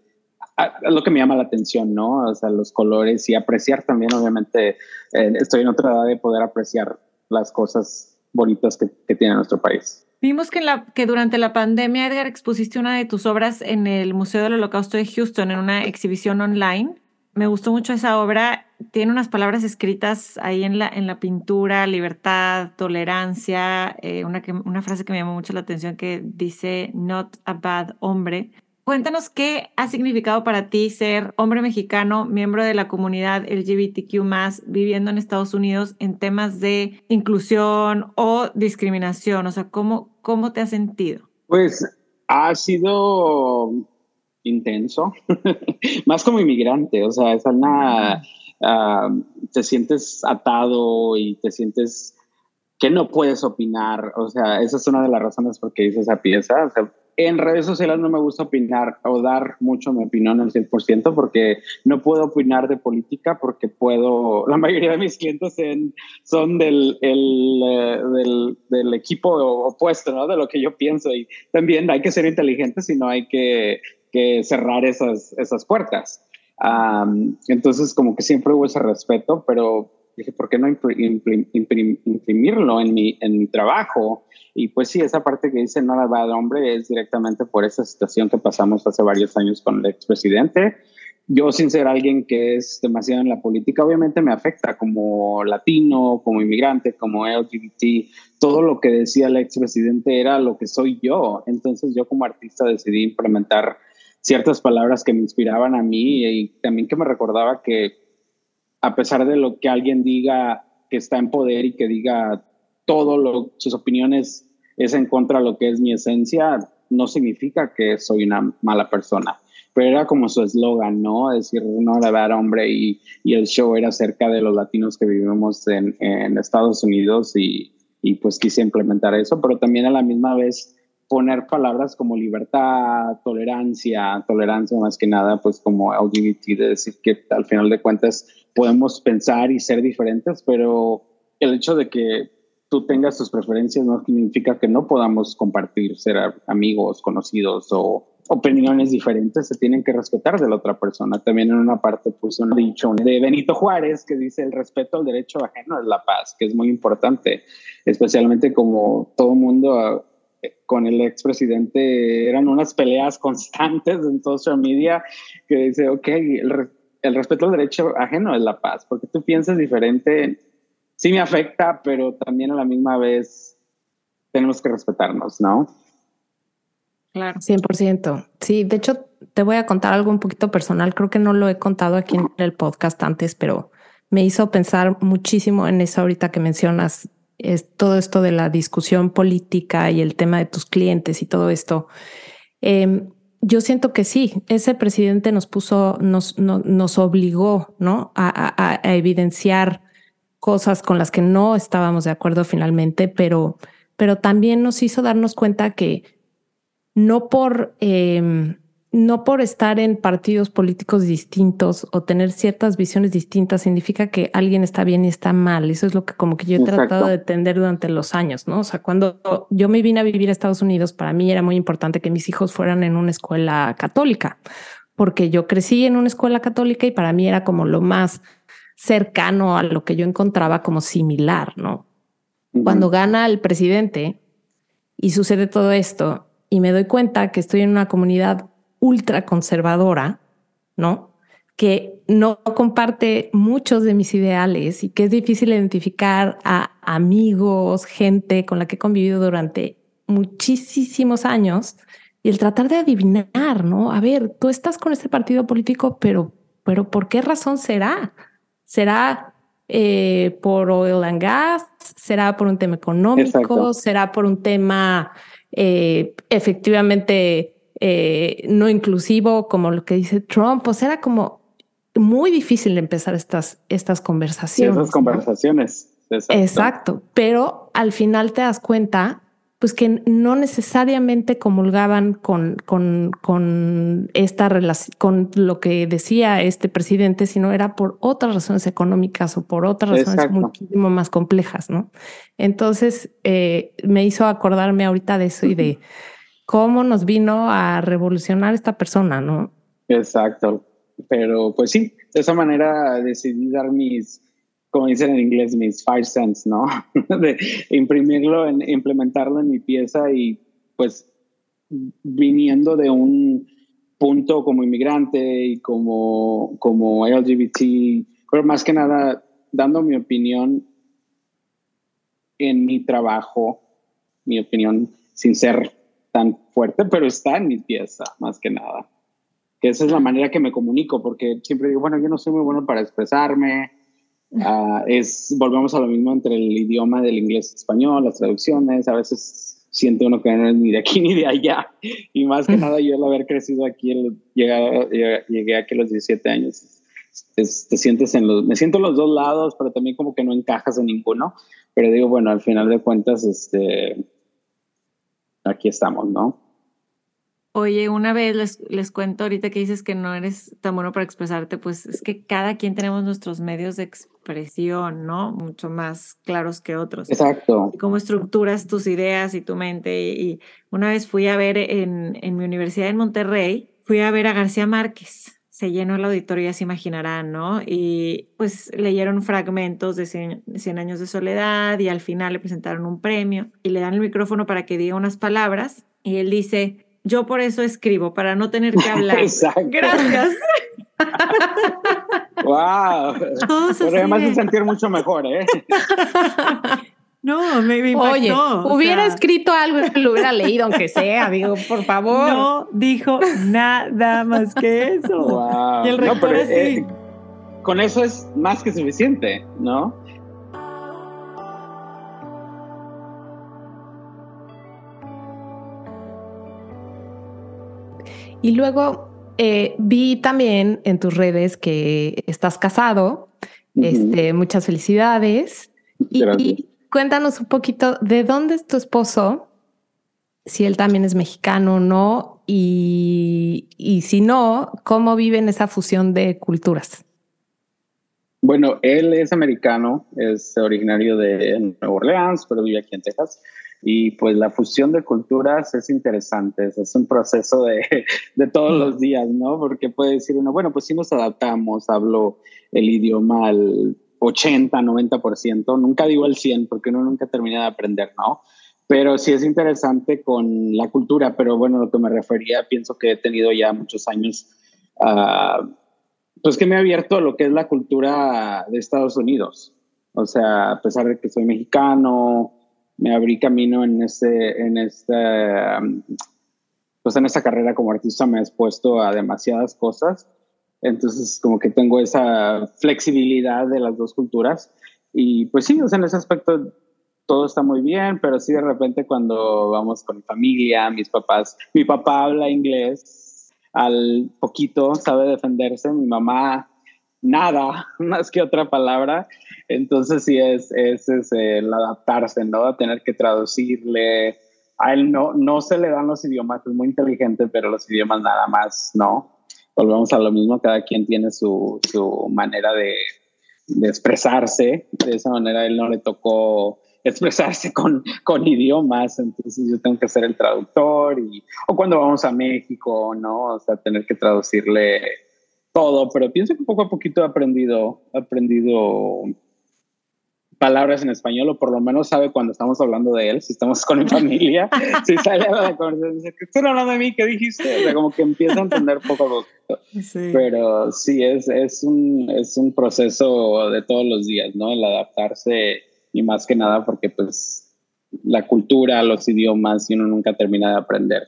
Speaker 4: a lo que me llama la atención, ¿no? O sea, los colores y apreciar también, obviamente, estoy en otra edad de poder apreciar las cosas bonitas que tiene nuestro país.
Speaker 2: Vimos que durante la pandemia, Edgar, expusiste una de tus obras en el Museo del Holocausto de Houston, en una exhibición online. Me gustó mucho esa obra. Tiene unas palabras escritas ahí en la pintura: libertad, tolerancia, una frase que me llamó mucho la atención que dice "not a bad hombre". Cuéntanos qué ha significado para ti ser hombre mexicano, miembro de la comunidad LGBTQ+, viviendo en Estados Unidos en temas de inclusión o discriminación. O sea, ¿cómo te has sentido?
Speaker 4: Pues ha sido intenso, más como inmigrante, o sea, te sientes atado y te sientes que no puedes opinar, o sea, esa es una de las razones por qué hice esa pieza. O sea, en redes sociales no me gusta opinar o dar mucho mi opinión al 100% porque no puedo opinar de política porque la mayoría de mis clientes son del equipo opuesto, ¿no? De lo que yo pienso, y también hay que ser inteligentes y no hay que cerrar esas puertas. Entonces como que siempre hubo ese respeto, pero dije, ¿por qué no imprimirlo en mi trabajo? Y pues sí, esa parte que dice "no la va a dar hombre" es directamente por esa situación que pasamos hace varios años con el expresidente. Yo, sin ser alguien que es demasiado en la política, obviamente me afecta como latino, como inmigrante, como LGBT. Todo lo que decía el expresidente era lo que soy yo. Entonces yo como artista decidí implementar ciertas palabras que me inspiraban a mí y también que me recordaba que a pesar de lo que alguien diga que está en poder y que diga sus opiniones es en contra de lo que es mi esencia, no significa que soy una mala persona. Pero era como su eslogan, ¿no? Decir, no era bad hombre, y el show era acerca de los latinos que vivimos en Estados Unidos y pues quise implementar eso, pero también a la misma vez poner palabras como libertad, tolerancia más que nada, pues como LGBT, de decir que al final de cuentas podemos pensar y ser diferentes, pero el hecho de que tú tengas tus preferencias no significa que no podamos compartir, ser amigos, conocidos o opiniones diferentes. Se tienen que respetar de la otra persona. También en una parte puse un dicho de Benito Juárez que dice: el respeto al derecho ajeno es la paz, que es muy importante, especialmente como todo mundo con el expresidente eran unas peleas constantes en social media, que dice, ok, el respeto al derecho ajeno es la paz, porque tú piensas diferente, sí me afecta, pero también a la misma vez tenemos que respetarnos, ¿no?
Speaker 3: Claro. 100%. Sí, de hecho, te voy a contar algo un poquito personal. Creo que no lo he contado aquí en el podcast antes, pero me hizo pensar muchísimo en eso ahorita que mencionas, es todo esto de la discusión política y el tema de tus clientes y todo esto. Yo siento que sí, ese presidente nos obligó, ¿no? a evidenciar cosas con las que no estábamos de acuerdo finalmente, pero también nos hizo darnos cuenta que no por estar en partidos políticos distintos o tener ciertas visiones distintas significa que alguien está bien y está mal. Eso es lo que como que yo he tratado de entender durante los años, ¿no? O sea, cuando yo me vine a vivir a Estados Unidos, para mí era muy importante que mis hijos fueran en una escuela católica, porque yo crecí en una escuela católica y para mí era como lo más cercano a lo que yo encontraba como similar, ¿no? Uh-huh. Cuando gana el presidente y sucede todo esto y me doy cuenta que estoy en una comunidad ultra conservadora, ¿no? Que no comparte muchos de mis ideales y que es difícil identificar a amigos, gente con la que he convivido durante muchísimos años, y el tratar de adivinar, ¿no? A ver, tú estás con este partido político, pero ¿por qué razón será? ¿Será por oil and gas? ¿Será por un tema económico? Exacto. ¿Será por un tema efectivamente no inclusivo, como lo que dice Trump? Pues era como muy difícil empezar estas conversaciones.
Speaker 4: Esas conversaciones.
Speaker 3: ¿No? Exacto. Pero al final te das cuenta pues que no necesariamente comulgaban con esta relación, con lo que decía este presidente, sino era por otras razones económicas o por otras razones muchísimo más complejas, ¿no? Entonces me hizo acordarme ahorita de eso y de cómo nos vino a revolucionar esta persona, ¿no?
Speaker 4: Exacto. Pero pues sí, de esa manera decidí dar como dicen en inglés, mis 5 cents, ¿no? De implementarlo en mi pieza, y pues viniendo de un punto como inmigrante y como LGBT, pero más que nada dando mi opinión en mi trabajo, mi opinión sin ser tan fuerte, pero está en mi pieza, más que nada. Que esa es la manera que me comunico, porque siempre digo, bueno, yo no soy muy bueno para expresarme. Volvemos a lo mismo entre el idioma del inglés y español, las traducciones. A veces siente uno que no es ni de aquí ni de allá. Y más que nada, yo al haber crecido aquí, llegué aquí a los 17 años. Te sientes me siento en los dos lados, pero también como que no encajas en ninguno. Pero digo, bueno, al final de cuentas, aquí estamos, ¿no?
Speaker 2: Oye, una vez les cuento ahorita que dices que no eres tan bueno para expresarte, pues es que cada quien tenemos nuestros medios de expresión, ¿no? Mucho más claros que otros.
Speaker 4: Exacto.
Speaker 2: Cómo estructuras tus ideas y tu mente. Y una vez fui a ver en mi universidad en Monterrey, fui a ver a García Márquez. Se llenó el auditorio, ya se imaginarán, ¿no? Y pues leyeron fragmentos de 100 años de soledad y al final le presentaron un premio y le dan el micrófono para que diga unas palabras y él dice: yo por eso escribo, para no tener que hablar.
Speaker 4: Exacto.
Speaker 2: Gracias.
Speaker 4: Wow. Pero además de sentir mucho mejor, ¿eh?
Speaker 2: No, me impactó.
Speaker 3: Oye, hubiera escrito algo y lo hubiera leído, aunque sea, digo, por favor.
Speaker 2: No dijo nada más que eso.
Speaker 4: Wow.
Speaker 2: Y el rector así.
Speaker 4: con eso es más que suficiente, ¿no?
Speaker 3: Y luego vi también en tus redes que estás casado. Muchas felicidades. Y cuéntanos un poquito de dónde es tu esposo, si él también es mexicano o no, y si no, cómo viven esa fusión de culturas.
Speaker 4: Bueno, él es americano, es originario de Nueva Orleans, pero vive aquí en Texas. Y pues la fusión de culturas es interesante, es un proceso de todos los días, ¿no? Porque puede decir uno, bueno, pues sí nos adaptamos, hablo el idioma al 80, 90%, nunca digo el 100 porque uno nunca termina de aprender, ¿no? Pero sí es interesante con la cultura, pero bueno, lo que me refería, pienso que he tenido ya muchos años, pues que me ha abierto a lo que es la cultura de Estados Unidos. O sea, a pesar de que soy mexicano, me abrí camino pues en esta carrera como artista me he expuesto a demasiadas cosas. Entonces, como que tengo esa flexibilidad de las dos culturas. Y pues sí, o sea, en ese aspecto todo está muy bien, pero sí de repente cuando vamos con mi familia, mis papás, mi papá habla inglés al poquito, sabe defenderse, mi mamá nada, más que otra palabra. Entonces sí es el adaptarse, ¿no? A tener que traducirle. A él no se le dan los idiomas, es muy inteligente, pero los idiomas nada más, ¿no? Volvemos a lo mismo, cada quien tiene su manera de expresarse. De esa manera a él no le tocó expresarse con idiomas, entonces yo tengo que ser el traductor. O cuando vamos a México, ¿no? O sea, tener que traducirle todo, pero pienso que poco a poquito he aprendido palabras en español, o por lo menos sabe cuando estamos hablando de él, si estamos con mi familia, si sale a la conversación, dice, ¿qué estás hablando de mí? ¿Qué dijiste? O sea, como que empieza a entender poco a poco. Sí. Pero sí, es un proceso de todos los días, ¿no? El adaptarse, y más que nada porque pues la cultura, los idiomas, y uno nunca termina de aprender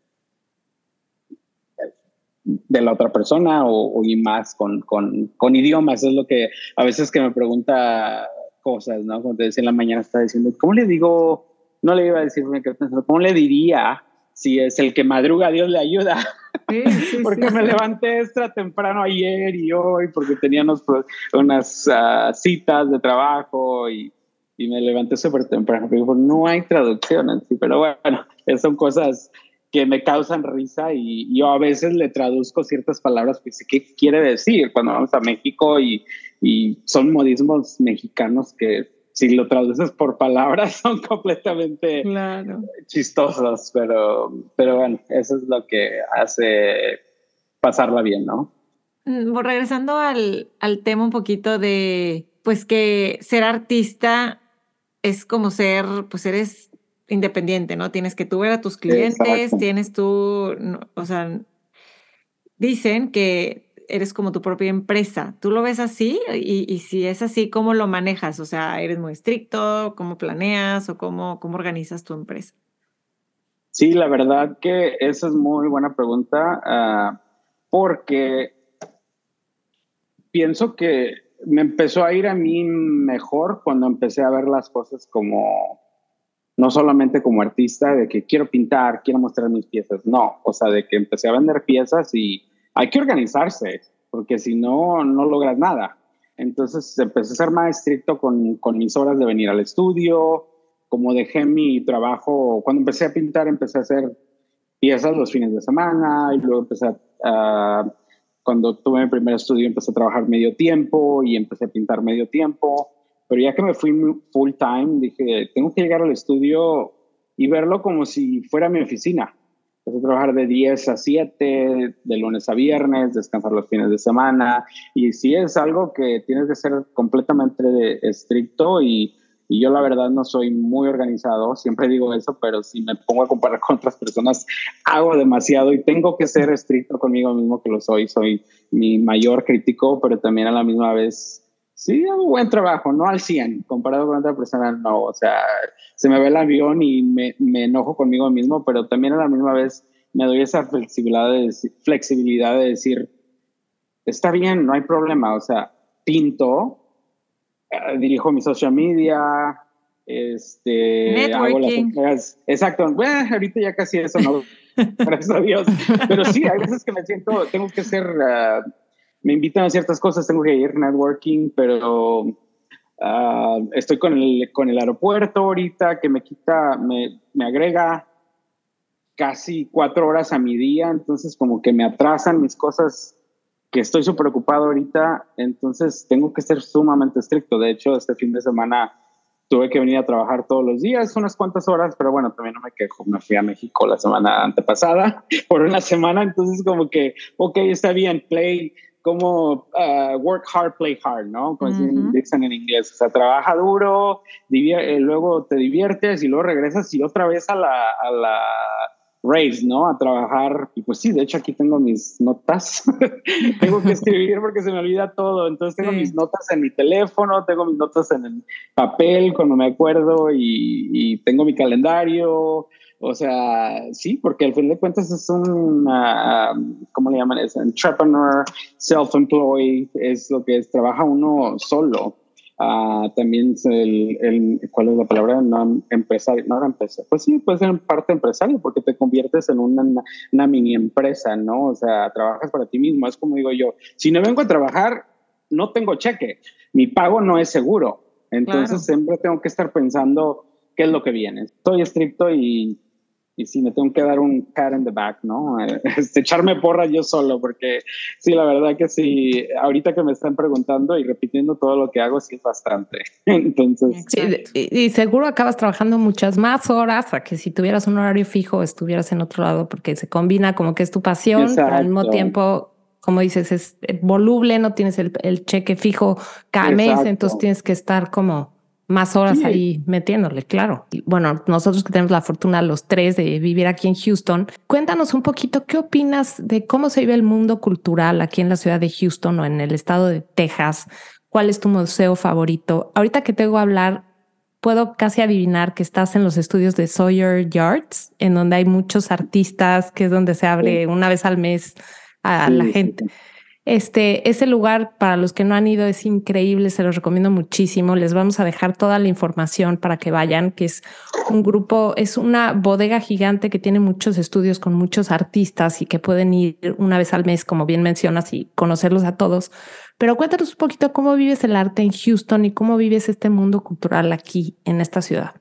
Speaker 4: de la otra persona y más con idiomas. Es lo que a veces que me pregunta cosas, ¿no? Como te decía en la mañana, estaba diciendo, ¿cómo le digo? No le iba a decir, ¿cómo le diría si es el que madruga, Dios le ayuda? Sí, porque me levanté extra temprano ayer y hoy porque tenía unas citas de trabajo y me levanté súper temprano. Pero no hay traducción en sí, pero bueno, son cosas que me causan risa y yo a veces le traduzco ciertas palabras, pues, ¿qué quiere decir? Cuando vamos a México y son modismos mexicanos que si lo traduces por palabras son completamente chistosos, pero bueno, eso es lo que hace pasarla bien, ¿no?
Speaker 2: Regresando al tema un poquito de, pues que ser artista es como ser, pues eres independiente, ¿no? Tienes que tú ver a tus clientes, exacto. Tienes tú, o sea, dicen que eres como tu propia empresa. ¿Tú lo ves así? Y si es así, ¿cómo lo manejas? O sea, ¿eres muy estricto? ¿Cómo planeas? ¿O cómo organizas tu empresa?
Speaker 4: Sí, la verdad que esa es muy buena pregunta, porque pienso que me empezó a ir a mí mejor cuando empecé a ver las cosas como, no solamente como artista, de que quiero pintar, quiero mostrar mis piezas, no, o sea, de que empecé a vender piezas y hay que organizarse, porque si no, no logras nada. Entonces empecé a ser más estricto con mis horas de venir al estudio, como dejé mi trabajo, cuando empecé a pintar, empecé a hacer piezas los fines de semana y luego empecé cuando tuve mi primer estudio, empecé a trabajar medio tiempo y empecé a pintar medio tiempo. Pero ya que me fui full time, dije, tengo que llegar al estudio y verlo como si fuera mi oficina. Empecé a trabajar de 10 a 7, de lunes a viernes, descansar los fines de semana. Y sí es algo que tienes que ser completamente estricto y yo la verdad no soy muy organizado, siempre digo eso, pero si me pongo a comparar con otras personas, hago demasiado y tengo que ser estricto conmigo mismo, que lo soy mi mayor crítico, pero también a la misma vez, sí, hago buen trabajo, no al 100, comparado con otra persona, no, o sea, se me ve el avión y me enojo conmigo mismo, pero también a la misma vez me doy esa flexibilidad de decir, está bien, no hay problema, o sea, pinto, dirijo mi social media, hago las entregas. Exacto. Bueno, ahorita ya casi eso no, gracias a Dios. Pero sí, hay veces que me siento, tengo que ser, me invitan a ciertas cosas, tengo que ir networking, pero estoy con el aeropuerto ahorita que me agrega casi 4 horas a mi día, entonces como que me atrasan mis cosas, que estoy súper ocupado ahorita, entonces tengo que ser sumamente estricto. De hecho, este fin de semana tuve que venir a trabajar todos los días, unas cuantas horas, pero bueno, también no me quejo. Me fui a México la semana antepasada por una semana, entonces como que, ok, está bien, como work hard, play hard, ¿no? Como dicen en inglés. O sea, trabaja duro, luego te diviertes y luego regresas y otra vez a la race, ¿no? A trabajar. Y pues sí, de hecho aquí tengo mis notas. Tengo que escribir porque se me olvida todo. Entonces tengo mis notas en mi teléfono, tengo mis notas en el papel cuando me acuerdo y tengo mi calendario. O sea, sí, porque al fin de cuentas es ¿cómo le llaman? Es entrepreneur, self-employed, es lo que es, trabaja uno solo. También es ¿cuál es la palabra? No empresario, no era empresa. Pues sí, puede ser en parte empresario porque te conviertes en una mini empresa, ¿no? O sea, trabajas para ti mismo. Es como digo yo, si no vengo a trabajar, no tengo cheque. Mi pago no es seguro. Entonces siempre tengo que estar pensando qué es lo que viene. Estoy estricto y sí, me tengo que dar un pat in the back, ¿no? Echarme porras yo solo, porque sí, la verdad que sí, ahorita que me están preguntando y repitiendo todo lo que hago, sí es bastante. Entonces...
Speaker 3: Sí, y seguro acabas trabajando muchas más horas a que si tuvieras un horario fijo estuvieras en otro lado, porque se combina como que es tu pasión,
Speaker 4: Exacto.
Speaker 3: pero al mismo tiempo, como dices, es voluble, no tienes el cheque fijo cada mes, entonces tienes que estar como más horas ahí metiéndole, claro. Y bueno, nosotros que tenemos la fortuna los 3 de vivir aquí en Houston, cuéntanos un poquito, ¿qué opinas de cómo se vive el mundo cultural aquí en la ciudad de Houston o en el estado de Texas? ¿Cuál es tu museo favorito? Ahorita que te voy a hablar, puedo casi adivinar que estás en los estudios de Sawyer Yards, en donde hay muchos artistas, que es donde se abre una vez al mes a la gente. Ese lugar, para los que no han ido, es increíble, se los recomiendo muchísimo. Les vamos a dejar toda la información para que vayan, que es un grupo, es una bodega gigante que tiene muchos estudios con muchos artistas y que pueden ir una vez al mes, como bien mencionas, y conocerlos a todos. Pero cuéntanos un poquito cómo vives el arte en Houston y cómo vives este mundo cultural aquí en esta ciudad.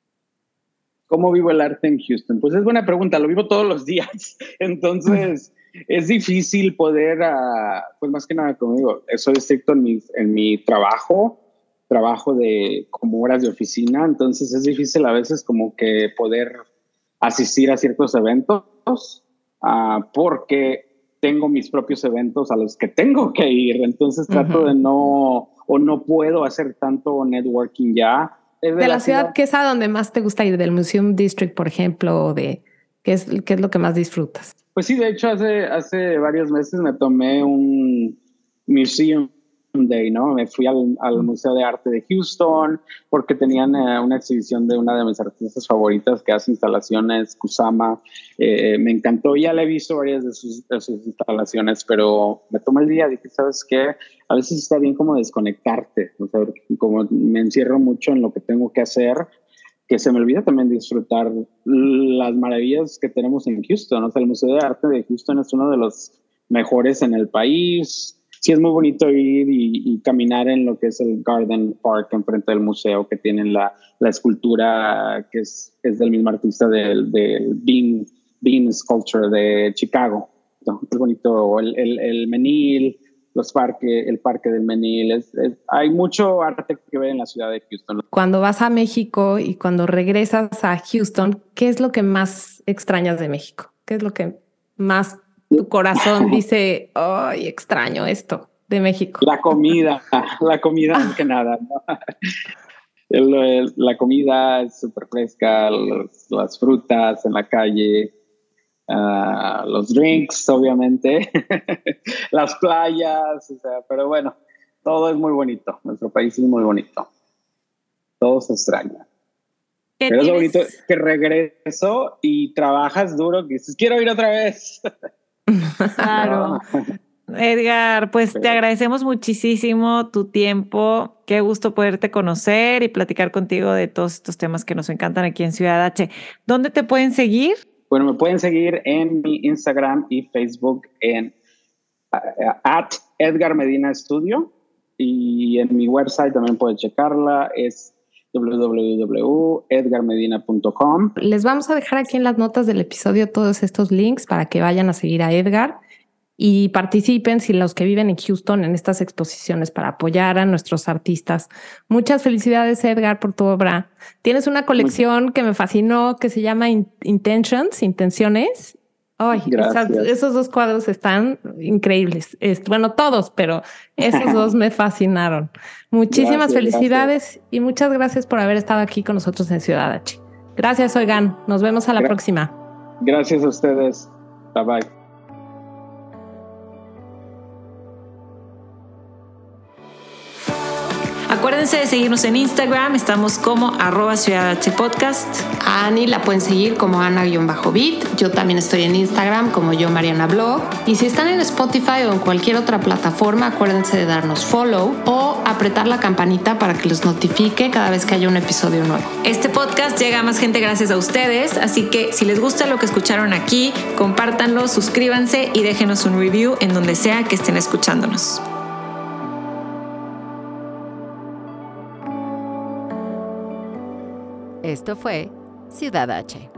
Speaker 4: ¿Cómo vivo el arte en Houston? Pues es buena pregunta, lo vivo todos los días. Entonces... es difícil poder, pues más que nada, como digo, soy estricto en mi trabajo de como horas de oficina, entonces es difícil a veces como que poder asistir a ciertos eventos porque tengo mis propios eventos a los que tengo que ir, entonces trato de no puedo hacer tanto networking ya.
Speaker 3: De la ciudad, ¿qué es a donde más te gusta ir? ¿Del Museum District, por ejemplo? ¿O de qué es lo que más disfrutas?
Speaker 4: Pues sí, de hecho hace varios meses me tomé un Museum Day, ¿no? Me fui al Museo de Arte de Houston porque tenían una exhibición de una de mis artistas favoritas que hace instalaciones, Kusama. Me encantó, ya le he visto varias de sus instalaciones, pero me tomé el día, dije, ¿sabes qué? A veces está bien como desconectarte, o sea, como me encierro mucho en lo que tengo que hacer, que se me olvida también disfrutar las maravillas que tenemos en Houston. O sea, el Museo de Arte de Houston es uno de los mejores en el país. Sí, es muy bonito ir y caminar en lo que es el Garden Park enfrente del museo, que tienen la escultura que es del mismo artista del Bean Sculpture de Chicago. Es bonito. El Menil, el parque del Menil, hay mucho arte que ver en la ciudad de Houston.
Speaker 3: Cuando vas a México y cuando regresas a Houston, ¿qué es lo que más extrañas de México? ¿Qué es lo que más tu corazón dice, ay, extraño esto de México?
Speaker 4: La comida más que nada, ¿no? La comida es súper fresca, las frutas en la calle, los drinks, obviamente, las playas, o sea, pero bueno, todo es muy bonito. Nuestro país es muy bonito. Todo se extraña. Pero es lo bonito que regreso y trabajas duro, que dices, quiero ir otra vez.
Speaker 2: Claro. Edgar, pues te agradecemos muchísimo tu tiempo. Qué gusto poderte conocer y platicar contigo de todos estos temas que nos encantan aquí en Ciudad H. ¿Dónde te pueden seguir?
Speaker 4: Bueno, me pueden seguir en mi Instagram y Facebook en @EdgarMedinaStudio, y en mi website también pueden checarla, es www.edgarmedina.com.
Speaker 3: Les vamos a dejar aquí en las notas del episodio todos estos links para que vayan a seguir a Edgar y participen, si los que viven en Houston, en estas exposiciones para apoyar a nuestros artistas. Muchas felicidades, Edgar, por tu obra. Tienes una colección que me fascinó que se llama Intenciones. Ay, esos 2 cuadros están increíbles. Bueno, todos, pero esos 2 me fascinaron. Muchísimas felicidades y muchas gracias por haber estado aquí con nosotros en Ciudad H. Gracias, Oigan. Nos vemos a la próxima.
Speaker 4: Gracias a ustedes. Bye bye.
Speaker 2: Acuérdense de seguirnos en Instagram, estamos como @ciudadhpodcast.
Speaker 3: A Ani la pueden seguir como Ana-Bit. Yo también estoy en Instagram como yo Mariana Blog. Y si están en Spotify o en cualquier otra plataforma, acuérdense de darnos follow o apretar la campanita para que les notifique cada vez que haya un episodio nuevo.
Speaker 2: Este podcast llega a más gente gracias a ustedes, así que si les gusta lo que escucharon aquí, compártanlo, suscríbanse y déjenos un review en donde sea que estén escuchándonos.
Speaker 1: Esto fue Ciudad H.